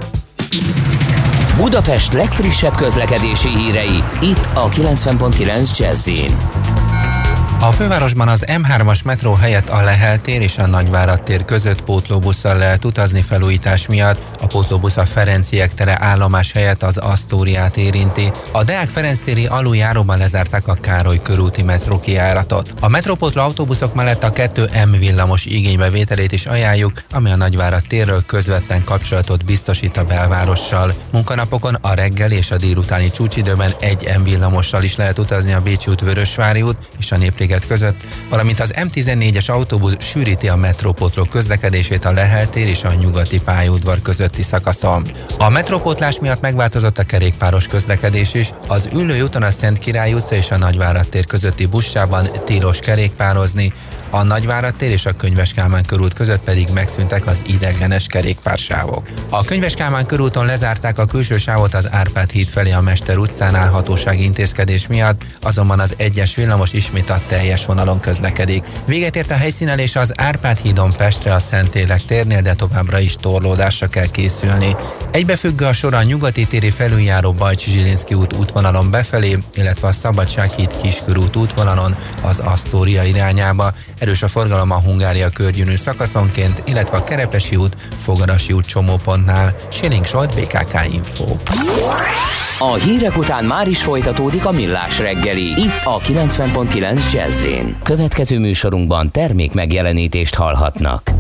Budapest legfrissebb közlekedési hírei, itt a kilencven pont kilenc Jazz-in. A fővárosban az em hármas metró helyett a Lehel tér és a Nagyvárad tér között pótlóbusszal lehet utazni felújítás miatt. A pótlóbusz a Ferenciek tere állomás helyett az Asztóriát érinti. A Deák Ferenc téri aluljáróban lezárták a Károly körúti metró kijáratot. A metrópótló autóbuszok mellett a kettő M villamos igénybevételét is ajánljuk, ami a Nagyvárad térről közvetlen kapcsolatot biztosít a belvárossal. Munkanapokon a reggel és a délutáni csúcsidőben egy M villamossal is lehet utazni a Bécsi út, Vörösvári út és a Népréget között, valamint az M tizennégyes autóbusz sűríti a metrópótló közlekedését a Lehel tér és a Nyugati pályaudvar közötti szakaszon. A metrópótlás miatt megváltozott a kerékpáros közlekedés is, az Üllői úton a Szent Király utca és a Nagyvárad tér közötti buszsávban tilos kerékpározni, a Nagyvárad tér és a Könyves Kálmán körút között pedig megszűntek az ideiglenes kerékpársávok. A Könyves Kálmán körúton lezárták a külső sávot az Árpád híd felé a Mester utcánál hatósági intézkedés miatt, azonban az egyes villamos ismét a teljes vonalon közlekedik. Véget ért a helyszínelés az Árpád hídon Pestre a Szentélek térnél, de továbbra is torlódásra kell készülni. Egybefüggő a sor a Nyugati téri felüljáró Bajcsi-Zsilinszky út útvonalon befelé, illetve a Szabadsághíd Kiskörút útvonalon az Asztória irányába. Erős a forgalom a Hungária körgyűrű szakaszonként, illetve a Kerepesi út, Fogarasi út csomópontnál. Siling Zsolt, bé ká ká Info. A hírek után már is folytatódik a Millás reggeli, itt a kilencven pont kilenc Jazz-in. Következő műsorunkban termék megjelenítést hallhatnak.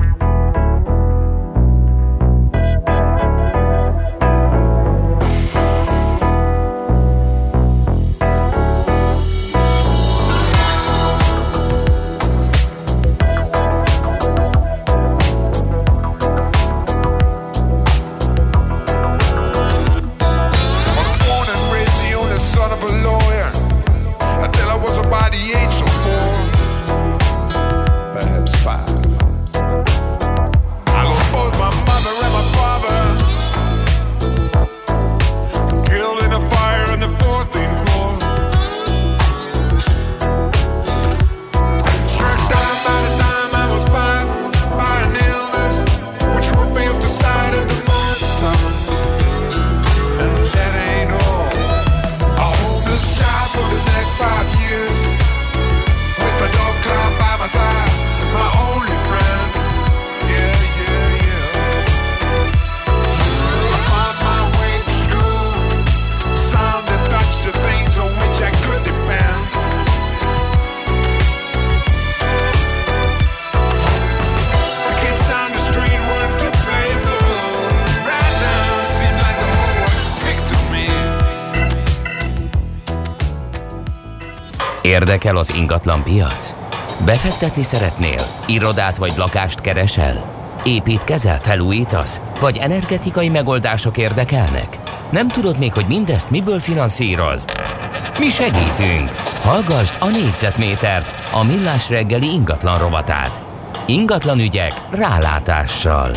Érdekel az ingatlan piac? Befektetni szeretnél? Irodát vagy lakást keresel? Építkezel, felújítasz? Vagy energetikai megoldások érdekelnek? Nem tudod még, hogy mindezt miből finanszírozd? Mi segítünk! Hallgasd a Négyzetmétert, a Millás reggeli ingatlan rovatát. Ingatlan ügyek rálátással.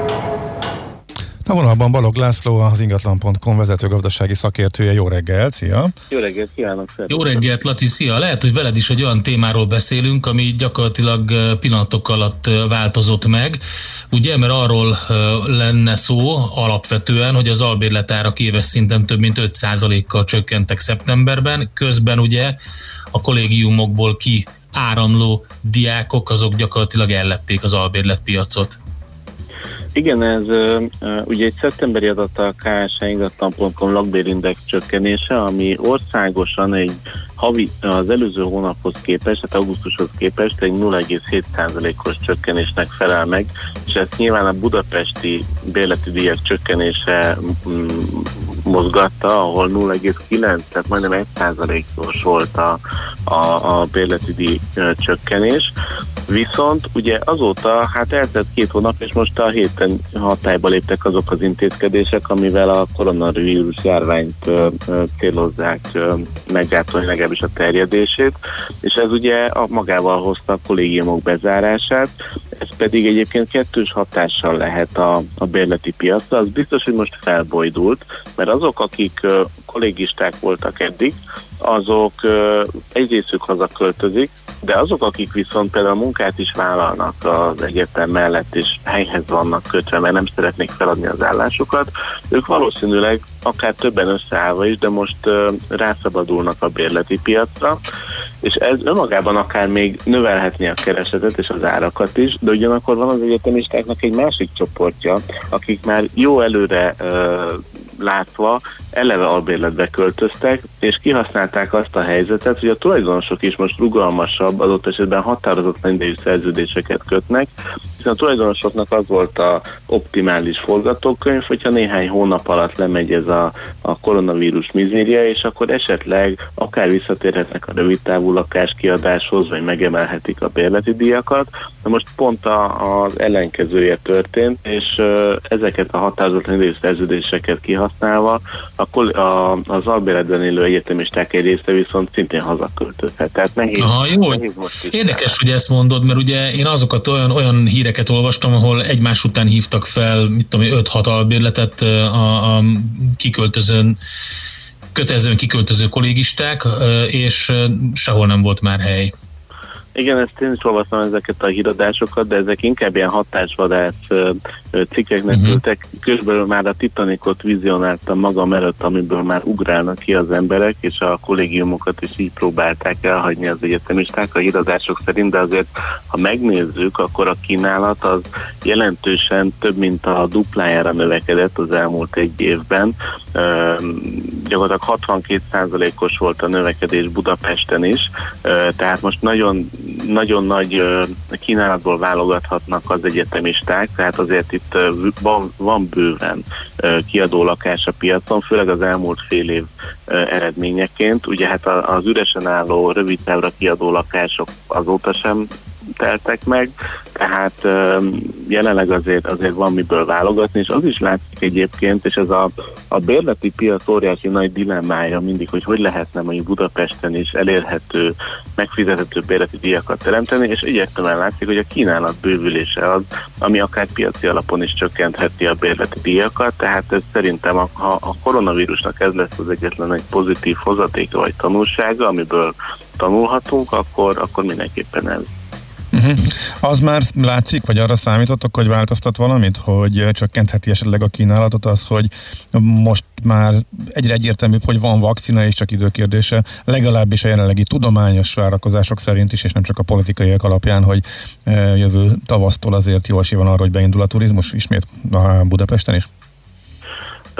A vonalban Balogh László, az ingatlan pont com vezető gazdasági szakértője. Jó reggelt, szia! Jó reggelt, kívánok! Jó reggelt, Laci, szia! Lehet, hogy veled is egy olyan témáról beszélünk, ami gyakorlatilag pillanatok alatt változott meg. Ugye, mert arról lenne szó alapvetően, hogy az albérletárak éves szinten több mint öt százalékkal csökkentek szeptemberben, közben ugye a kollégiumokból ki áramló diákok, azok gyakorlatilag ellepték az albérletpiacot. Igen, ez uh, ugye egy szeptemberi adat a ká es há ingatlan pont com lakbérindex csökkenése, ami országosan egy havi, az előző hónaphoz képest, tehát augusztushoz képest egy nulla egész hét százalékos csökkenésnek felel meg, és ezt nyilván a budapesti bérleti díjak csökkenése mm, mozgatta, ahol nulla egész kilenc, tehát majdnem egy százalékos volt a, a, a bérleti díj csökkenés. Viszont ugye azóta, hát eltelt két hónap, és most a héten hatályba léptek azok az intézkedések, amivel a koronavírus járványt ö, ö, célozzák ö, meggátolni legalábbis a terjedését, és ez ugye a magával hozta a kollégiumok bezárását, ez pedig egyébként kettős hatással lehet a, a bérleti piacra. Az biztos, hogy most felbojdult, mert azok, akik ö, kollégisták voltak eddig, azok ö, egy részük hazaköltözik, de azok, akik viszont például a munkát is vállalnak az egyetem mellett, és helyhez vannak kötve, mert nem szeretnék feladni az állásukat, ők valószínűleg akár többen összeállva is, de most uh, rászabadulnak a bérleti piacra, és ez önmagában akár még növelhetni a keresletet és az árakat is, de ugyanakkor van az egyetemistáknak egy másik csoportja, akik már jó előre uh, látva eleve albérletbe költöztek, és kihasználták azt a helyzetet, hogy a tulajdonosok is most rugalmasabb, adott esetben határozatlan idejű szerződéseket kötnek, hiszen a tulajdonosoknak az volt a optimális forgatókönyv, hogyha néhány hónap alatt lemegy ez a, a koronavírus mizéria, és akkor esetleg akár visszatérhetnek a rövidtávú lakáskiadáshoz, vagy megemelhetik a bérleti díjakat. De most pont a, az ellenkezője történt, és uh, ezeket a határozatlan idejű szerződéseket kihasználva akkor a, az albérletben élő egyetemisták egy része viszont szintén hazaköltözhet. Tehát nehéz, Aha, jó, nehéz most is. Érdekes, hogy ezt mondod, mert ugye én azokat olyan, olyan híreket olvastam, ahol egymás után hívtak fel, mit tudom, öt-hat albérletet a, a kiköltözőn, kötelezően kiköltöző kollégisták, és sehol nem volt már hely. Igen, ezt én is olvastam ezeket a híradásokat, de ezek inkább ilyen hatásvadász cikkeknek uh-huh. ültek. Közben már a Titanicot vizionáltam magam előtt, amiből már ugrálnak ki az emberek, és a kollégiumokat is így próbálták elhagyni az egyetemisták a híradások szerint, de azért, ha megnézzük, akkor a kínálat az jelentősen több mint a duplájára növekedett az elmúlt egy évben. Üm, gyakorlatilag hatvankét százalékos volt a növekedés Budapesten is, üm, tehát most nagyon nagyon nagy kínálatból válogathatnak az egyetemisták, tehát azért itt van, van bőven kiadó lakás a piacon, főleg az elmúlt fél év eredményeként. Ugye hát az üresen álló rövid távra kiadó lakások azóta sem teltek meg, tehát jelenleg azért, azért van miből válogatni, és az is látszik egyébként, és ez a, a bérleti piac óriási nagy dilemmája mindig, hogy hogy lehetne mondjuk Budapesten is elérhető, megfizethető bérleti díjakat teremteni, és egyértelműen látszik, hogy a kínálat bővülése az, ami akár piaci alapon is csökkentheti a bérleti díjakat, tehát ez szerintem a, ha a koronavírusnak ez lesz az egyetlen egy pozitív hozatéka vagy tanulsága, amiből tanulhatunk, akkor, akkor mindenképpen ez. Uh-huh. Az már látszik, vagy arra számítottok, hogy változtat valamit, hogy csökkentheti esetleg a kínálatot az, hogy most már egyre egyértelműbb, hogy van vakcina, és csak időkérdése, legalábbis a jelenlegi tudományos várakozások szerint is, és nem csak a politikaiak alapján, hogy jövő tavasztól azért jó esély van arra, hogy beindul a turizmus ismét a Budapesten is?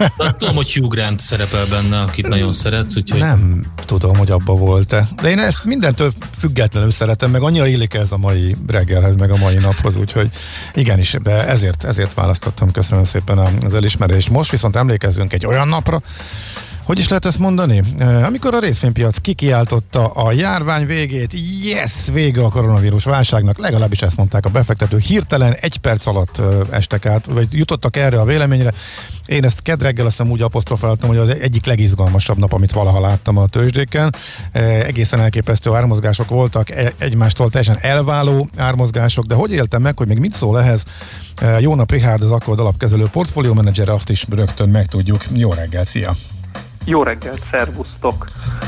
Tudom, hogy Hugh Grant szerepel benne, akit nagyon szeretsz, úgyhogy... Nem tudom, hogy abba volt-e. De én ezt mindentől függetlenül szeretem, meg annyira illik ez a mai reggelhez, meg a mai naphoz, úgyhogy igenis, de ezért, ezért választottam. Köszönöm szépen az elismerést. Most viszont emlékezzünk egy olyan napra, hogy is lehet ezt mondani? Amikor a részvénypiac kikiáltotta a járvány végét, yes, vége a koronavírus válságnak, legalábbis ezt mondták a befektetők, hirtelen egy perc alatt estek át, vagy jutottak erre a véleményre. Én ezt kedd reggel aztán úgy apostrofáltam, hogy az egyik legizgalmasabb nap, amit valaha láttam a tőzsdéken. Egészen elképesztő ármozgások voltak, egymástól teljesen elváló ármozgások, de hogy éltem meg, hogy még mit szól ehhez? Jó nap, Richárd, az Akkord alapkezelő portfóliómenedzsere, azt is rögtön megtudjuk. Jó reggel, szia! Jó reggelt, szervusztok!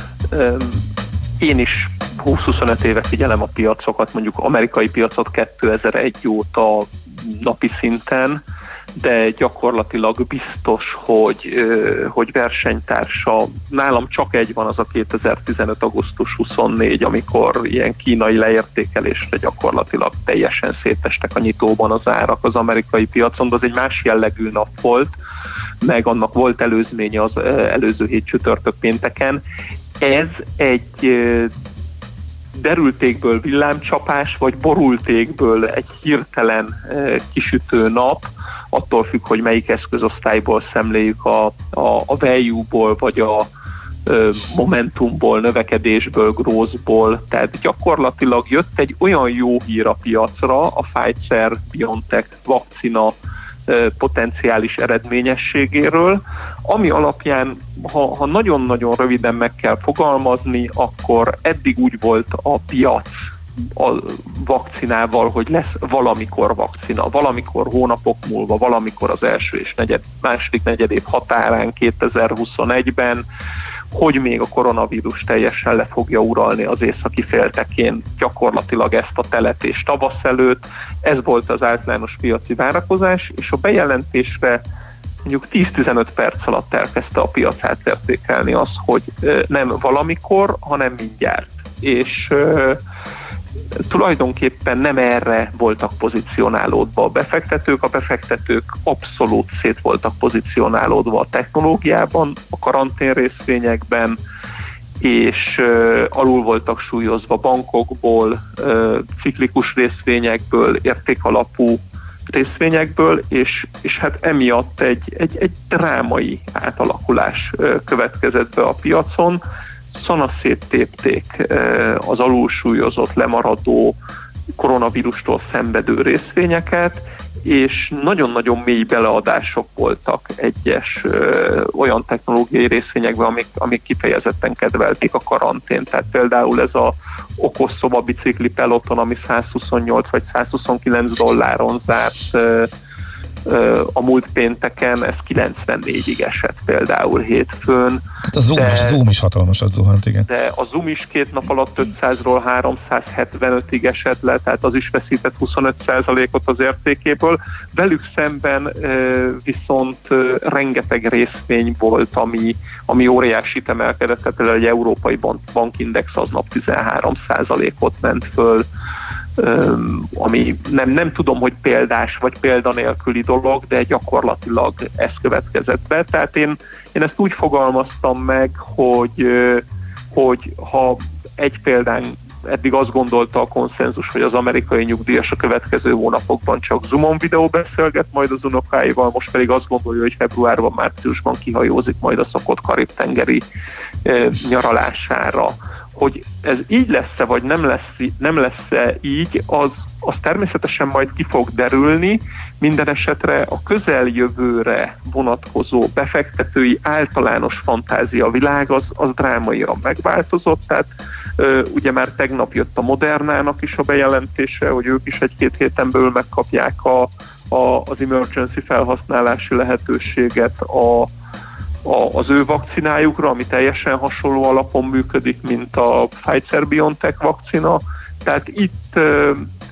Én is húsz-huszonöt éve figyelem a piacokat, mondjuk amerikai piacot kétezer-egy óta napi szinten, de gyakorlatilag biztos, hogy, hogy versenytársa, nálam csak egy van, az a kétezer-tizenöt. augusztus huszonnégy, amikor ilyen kínai leértékelésre gyakorlatilag teljesen szétestek a nyitóban az árak az amerikai piacon, de az egy más jellegű nap volt, meg annak volt előzménye az előző hét csütörtök pénteken. Ez egy derültékből villámcsapás, vagy borultékből egy hirtelen kisütő nap, attól függ, hogy melyik eszközosztályból szemléljük, a, a, a value-ból, vagy a momentumból, növekedésből, growthból, tehát gyakorlatilag jött egy olyan jó hír a piacra, a Pfizer-BioNTech vakcina potenciális eredményességéről, ami alapján, ha, ha nagyon-nagyon röviden meg kell fogalmazni, akkor eddig úgy volt a piac a vakcinával, hogy lesz valamikor vakcina, valamikor hónapok múlva, valamikor az első és negyed, második negyedév határán kétezer-huszonegyben, hogy még a koronavírus teljesen le fogja uralni az északi féltekén gyakorlatilag ezt a telet és tavasz előtt. Ez volt az általános piaci várakozás, és a bejelentésre mondjuk tíz-tizenöt perc alatt elkezdte a piac átértékelni azt, hogy nem valamikor, hanem mindjárt. És tulajdonképpen nem erre voltak pozícionálódva a befektetők, a befektetők abszolút szét voltak pozícionálódva a technológiában, a karantén részvényekben, és uh, alul voltak súlyozva bankokból, uh, ciklikus részvényekből, értékalapú részvényekből, és, és hát emiatt egy, egy, egy drámai átalakulás uh, következett be a piacon. Szanaszét tépték az alulsúlyozott, lemaradó, koronavírustól szenvedő részvényeket, és nagyon-nagyon mély beleadások voltak egyes ö, olyan technológiai részvényekben, amik, amik kifejezetten kedvelték a karantént. Tehát például ez a okos szobabicikli Peloton, ami százhuszonnyolc vagy százhuszonkilenc dolláron zárt ö, a múlt pénteken, ez kilencvennégyig esett például hétfőn. Hát a Zoom, de, is, Zoom is hatalmasat zuhant, igen. De a Zoom is két nap alatt ötszázról háromszázhetvenötig esett le, tehát az is veszített huszonöt százalékot az értékéből. Velük szemben viszont rengeteg részvény volt, ami, ami óriásit emelkedett, tehát például egy európai bankindex aznap tizenhárom százalékot ment föl, Um, ami nem, nem tudom, hogy példás vagy példanélküli dolog, de gyakorlatilag ez következett be. Tehát én, én ezt úgy fogalmaztam meg, hogy, hogy ha egy példán eddig azt gondolta a konszenzus, hogy az amerikai nyugdíjas a következő hónapokban csak Zoomon videó beszélget majd az unokáival, most pedig azt gondolja, hogy februárban, márciusban kihajózik majd a szokott karib-tengeri e, nyaralására. Hogy ez így lesz-e, vagy nem lesz, nem lesz-e így, az, az természetesen majd ki fog derülni. Minden esetre a közeljövőre vonatkozó befektetői általános fantáziavilág az, az drámaian megváltozott, tehát ö, ugye már tegnap jött a Modernának is a bejelentése, hogy ők is egy-két héten belül megkapják a, a, az emergency felhasználási lehetőséget a A, az ő vakcinájukra, ami teljesen hasonló alapon működik, mint a Pfizer-BioNTech vakcina. Tehát itt ö,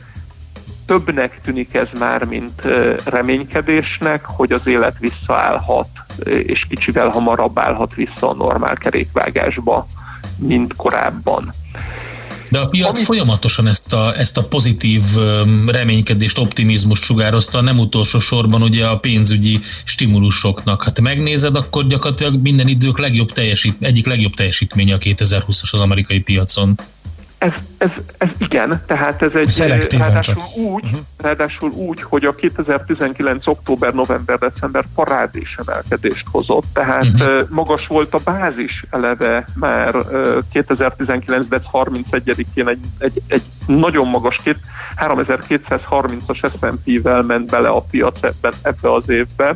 többnek tűnik ez már, mint ö, reménykedésnek, hogy az élet visszaállhat, és kicsivel hamarabb állhat vissza a normál kerékvágásba, mint korábban. De a piac Ami... folyamatosan ezt a, ezt a pozitív reménykedést, optimizmust sugározta, nem utolsó sorban ugye a pénzügyi stimulusoknak. Hát megnézed, akkor gyakorlatilag minden idők legjobb teljesít, egyik legjobb teljesítménye a kétezer-húszas az amerikai piacon. Ez, ez, ez igen, tehát ez egy ráadásul úgy, uh-huh. ráadásul úgy, hogy a kétezer-tizenkilenc október, november, december parádés emelkedést hozott, tehát uh-huh. magas volt a bázis eleve már kétezer-tizenkilenc. harmincegyedikén egy, egy, egy nagyon magas két, háromezer-kétszázharmincas es and pé-vel ment bele a piac ebben, ebbe az évbe.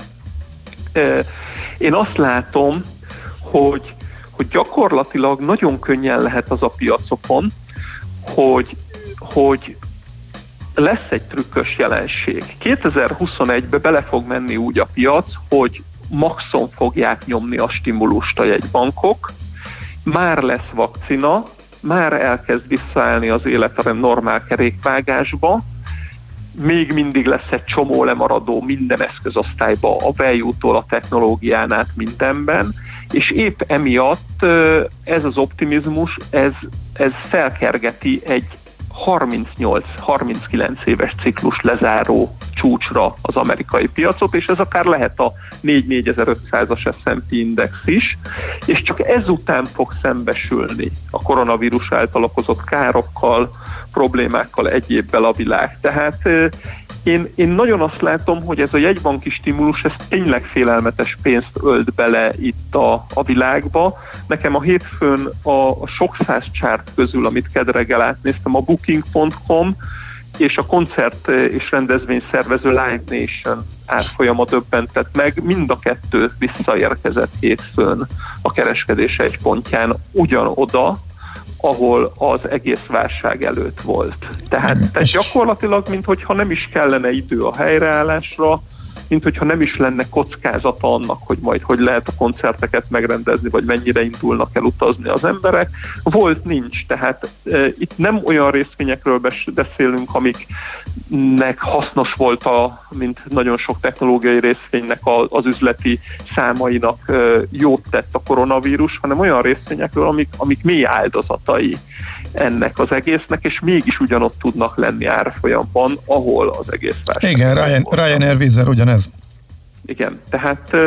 Én azt látom, hogy, hogy gyakorlatilag nagyon könnyen lehet az a piacokon, hogy, hogy lesz egy trükkös jelenség. kétezer-huszonegybe bele fog menni úgy a piac, hogy maxon fogják nyomni a stimulust a jegybankok, már lesz vakcina, már elkezd visszaállni az élet a normál kerékvágásba, még mindig lesz egy csomó lemaradó minden eszközosztályba, a value-tól a technológián át mindenben, és épp emiatt ez az optimizmus, ez, ez felkergeti egy harmincnyolc-harminckilenc éves ciklus lezáró csúcsra az amerikai piacot, és ez akár lehet a négy-négyezer-ötszázas es and pé index is, és csak ezután fog szembesülni a koronavírus által okozott károkkal, problémákkal, egyébbel a világ. Tehát én, én nagyon azt látom, hogy ez a jegybanki stimulus, ez tényleg félelmetes pénzt ölt bele itt a, a világba. Nekem a hétfőn a, a sok száz csárt közül, amit kedreggel átnéztem, a booking pont com és a koncert és rendezvényszervező Live Nation árfolyama döbbentett meg, mind a kettő visszaérkezett hétfőn a kereskedés egy pontján ugyanoda, ahol az egész válság előtt volt. Tehát, tehát gyakorlatilag, minthogyha nem is kellene idő a helyreállásra, minthogyha nem is lenne kockázata annak, hogy majd hogy lehet a koncerteket megrendezni, vagy mennyire indulnak el utazni az emberek. Volt, nincs. Tehát e, itt nem olyan részvényekről beszélünk, amiknek hasznos volt, a, mint nagyon sok technológiai részvénynek a, az üzleti számainak e, jót tett a koronavírus, hanem olyan részvényekről, amik, amik mély áldozatai ennek az egésznek, és mégis ugyanott tudnak lenni árfolyamban, ahol az egész válság. Igen, Ryan, Ryanair vízzel ugyanez. Igen, tehát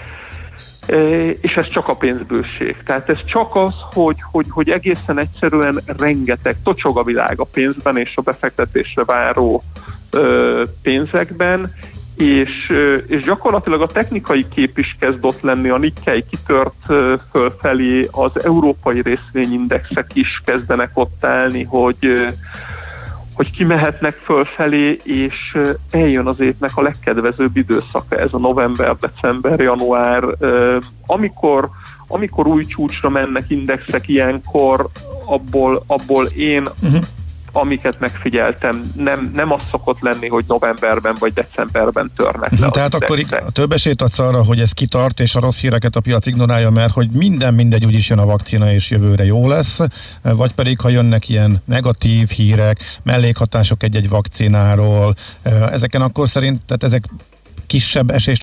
és ez csak a pénzbőség. Tehát ez csak az, hogy, hogy, hogy egészen egyszerűen rengeteg, tocsog a világ a pénzben és a befektetésre váró pénzekben, és, és gyakorlatilag a technikai kép is kezd ott lenni, a Nikkei kitört fölfelé, az európai részvényindexek is kezdenek ott állni, hogy, hogy kimehetnek fölfelé, és eljön az évnek a legkedvezőbb időszaka, ez a november, december, január, amikor, amikor új csúcsra mennek indexek ilyenkor, abból, abból én uh-huh. amiket megfigyeltem, nem, nem az szokott lenni, hogy novemberben vagy decemberben törnek le. Tehát akkor több esélyt adsz arra, hogy ez kitart, és a rossz híreket a piac ignorálja, mert hogy minden mindegy, úgyis jön a vakcina, és jövőre jó lesz, vagy pedig, ha jönnek ilyen negatív hírek, mellékhatások egy-egy vakcináról, ezeken akkor szerint, tehát ezek kisebb esést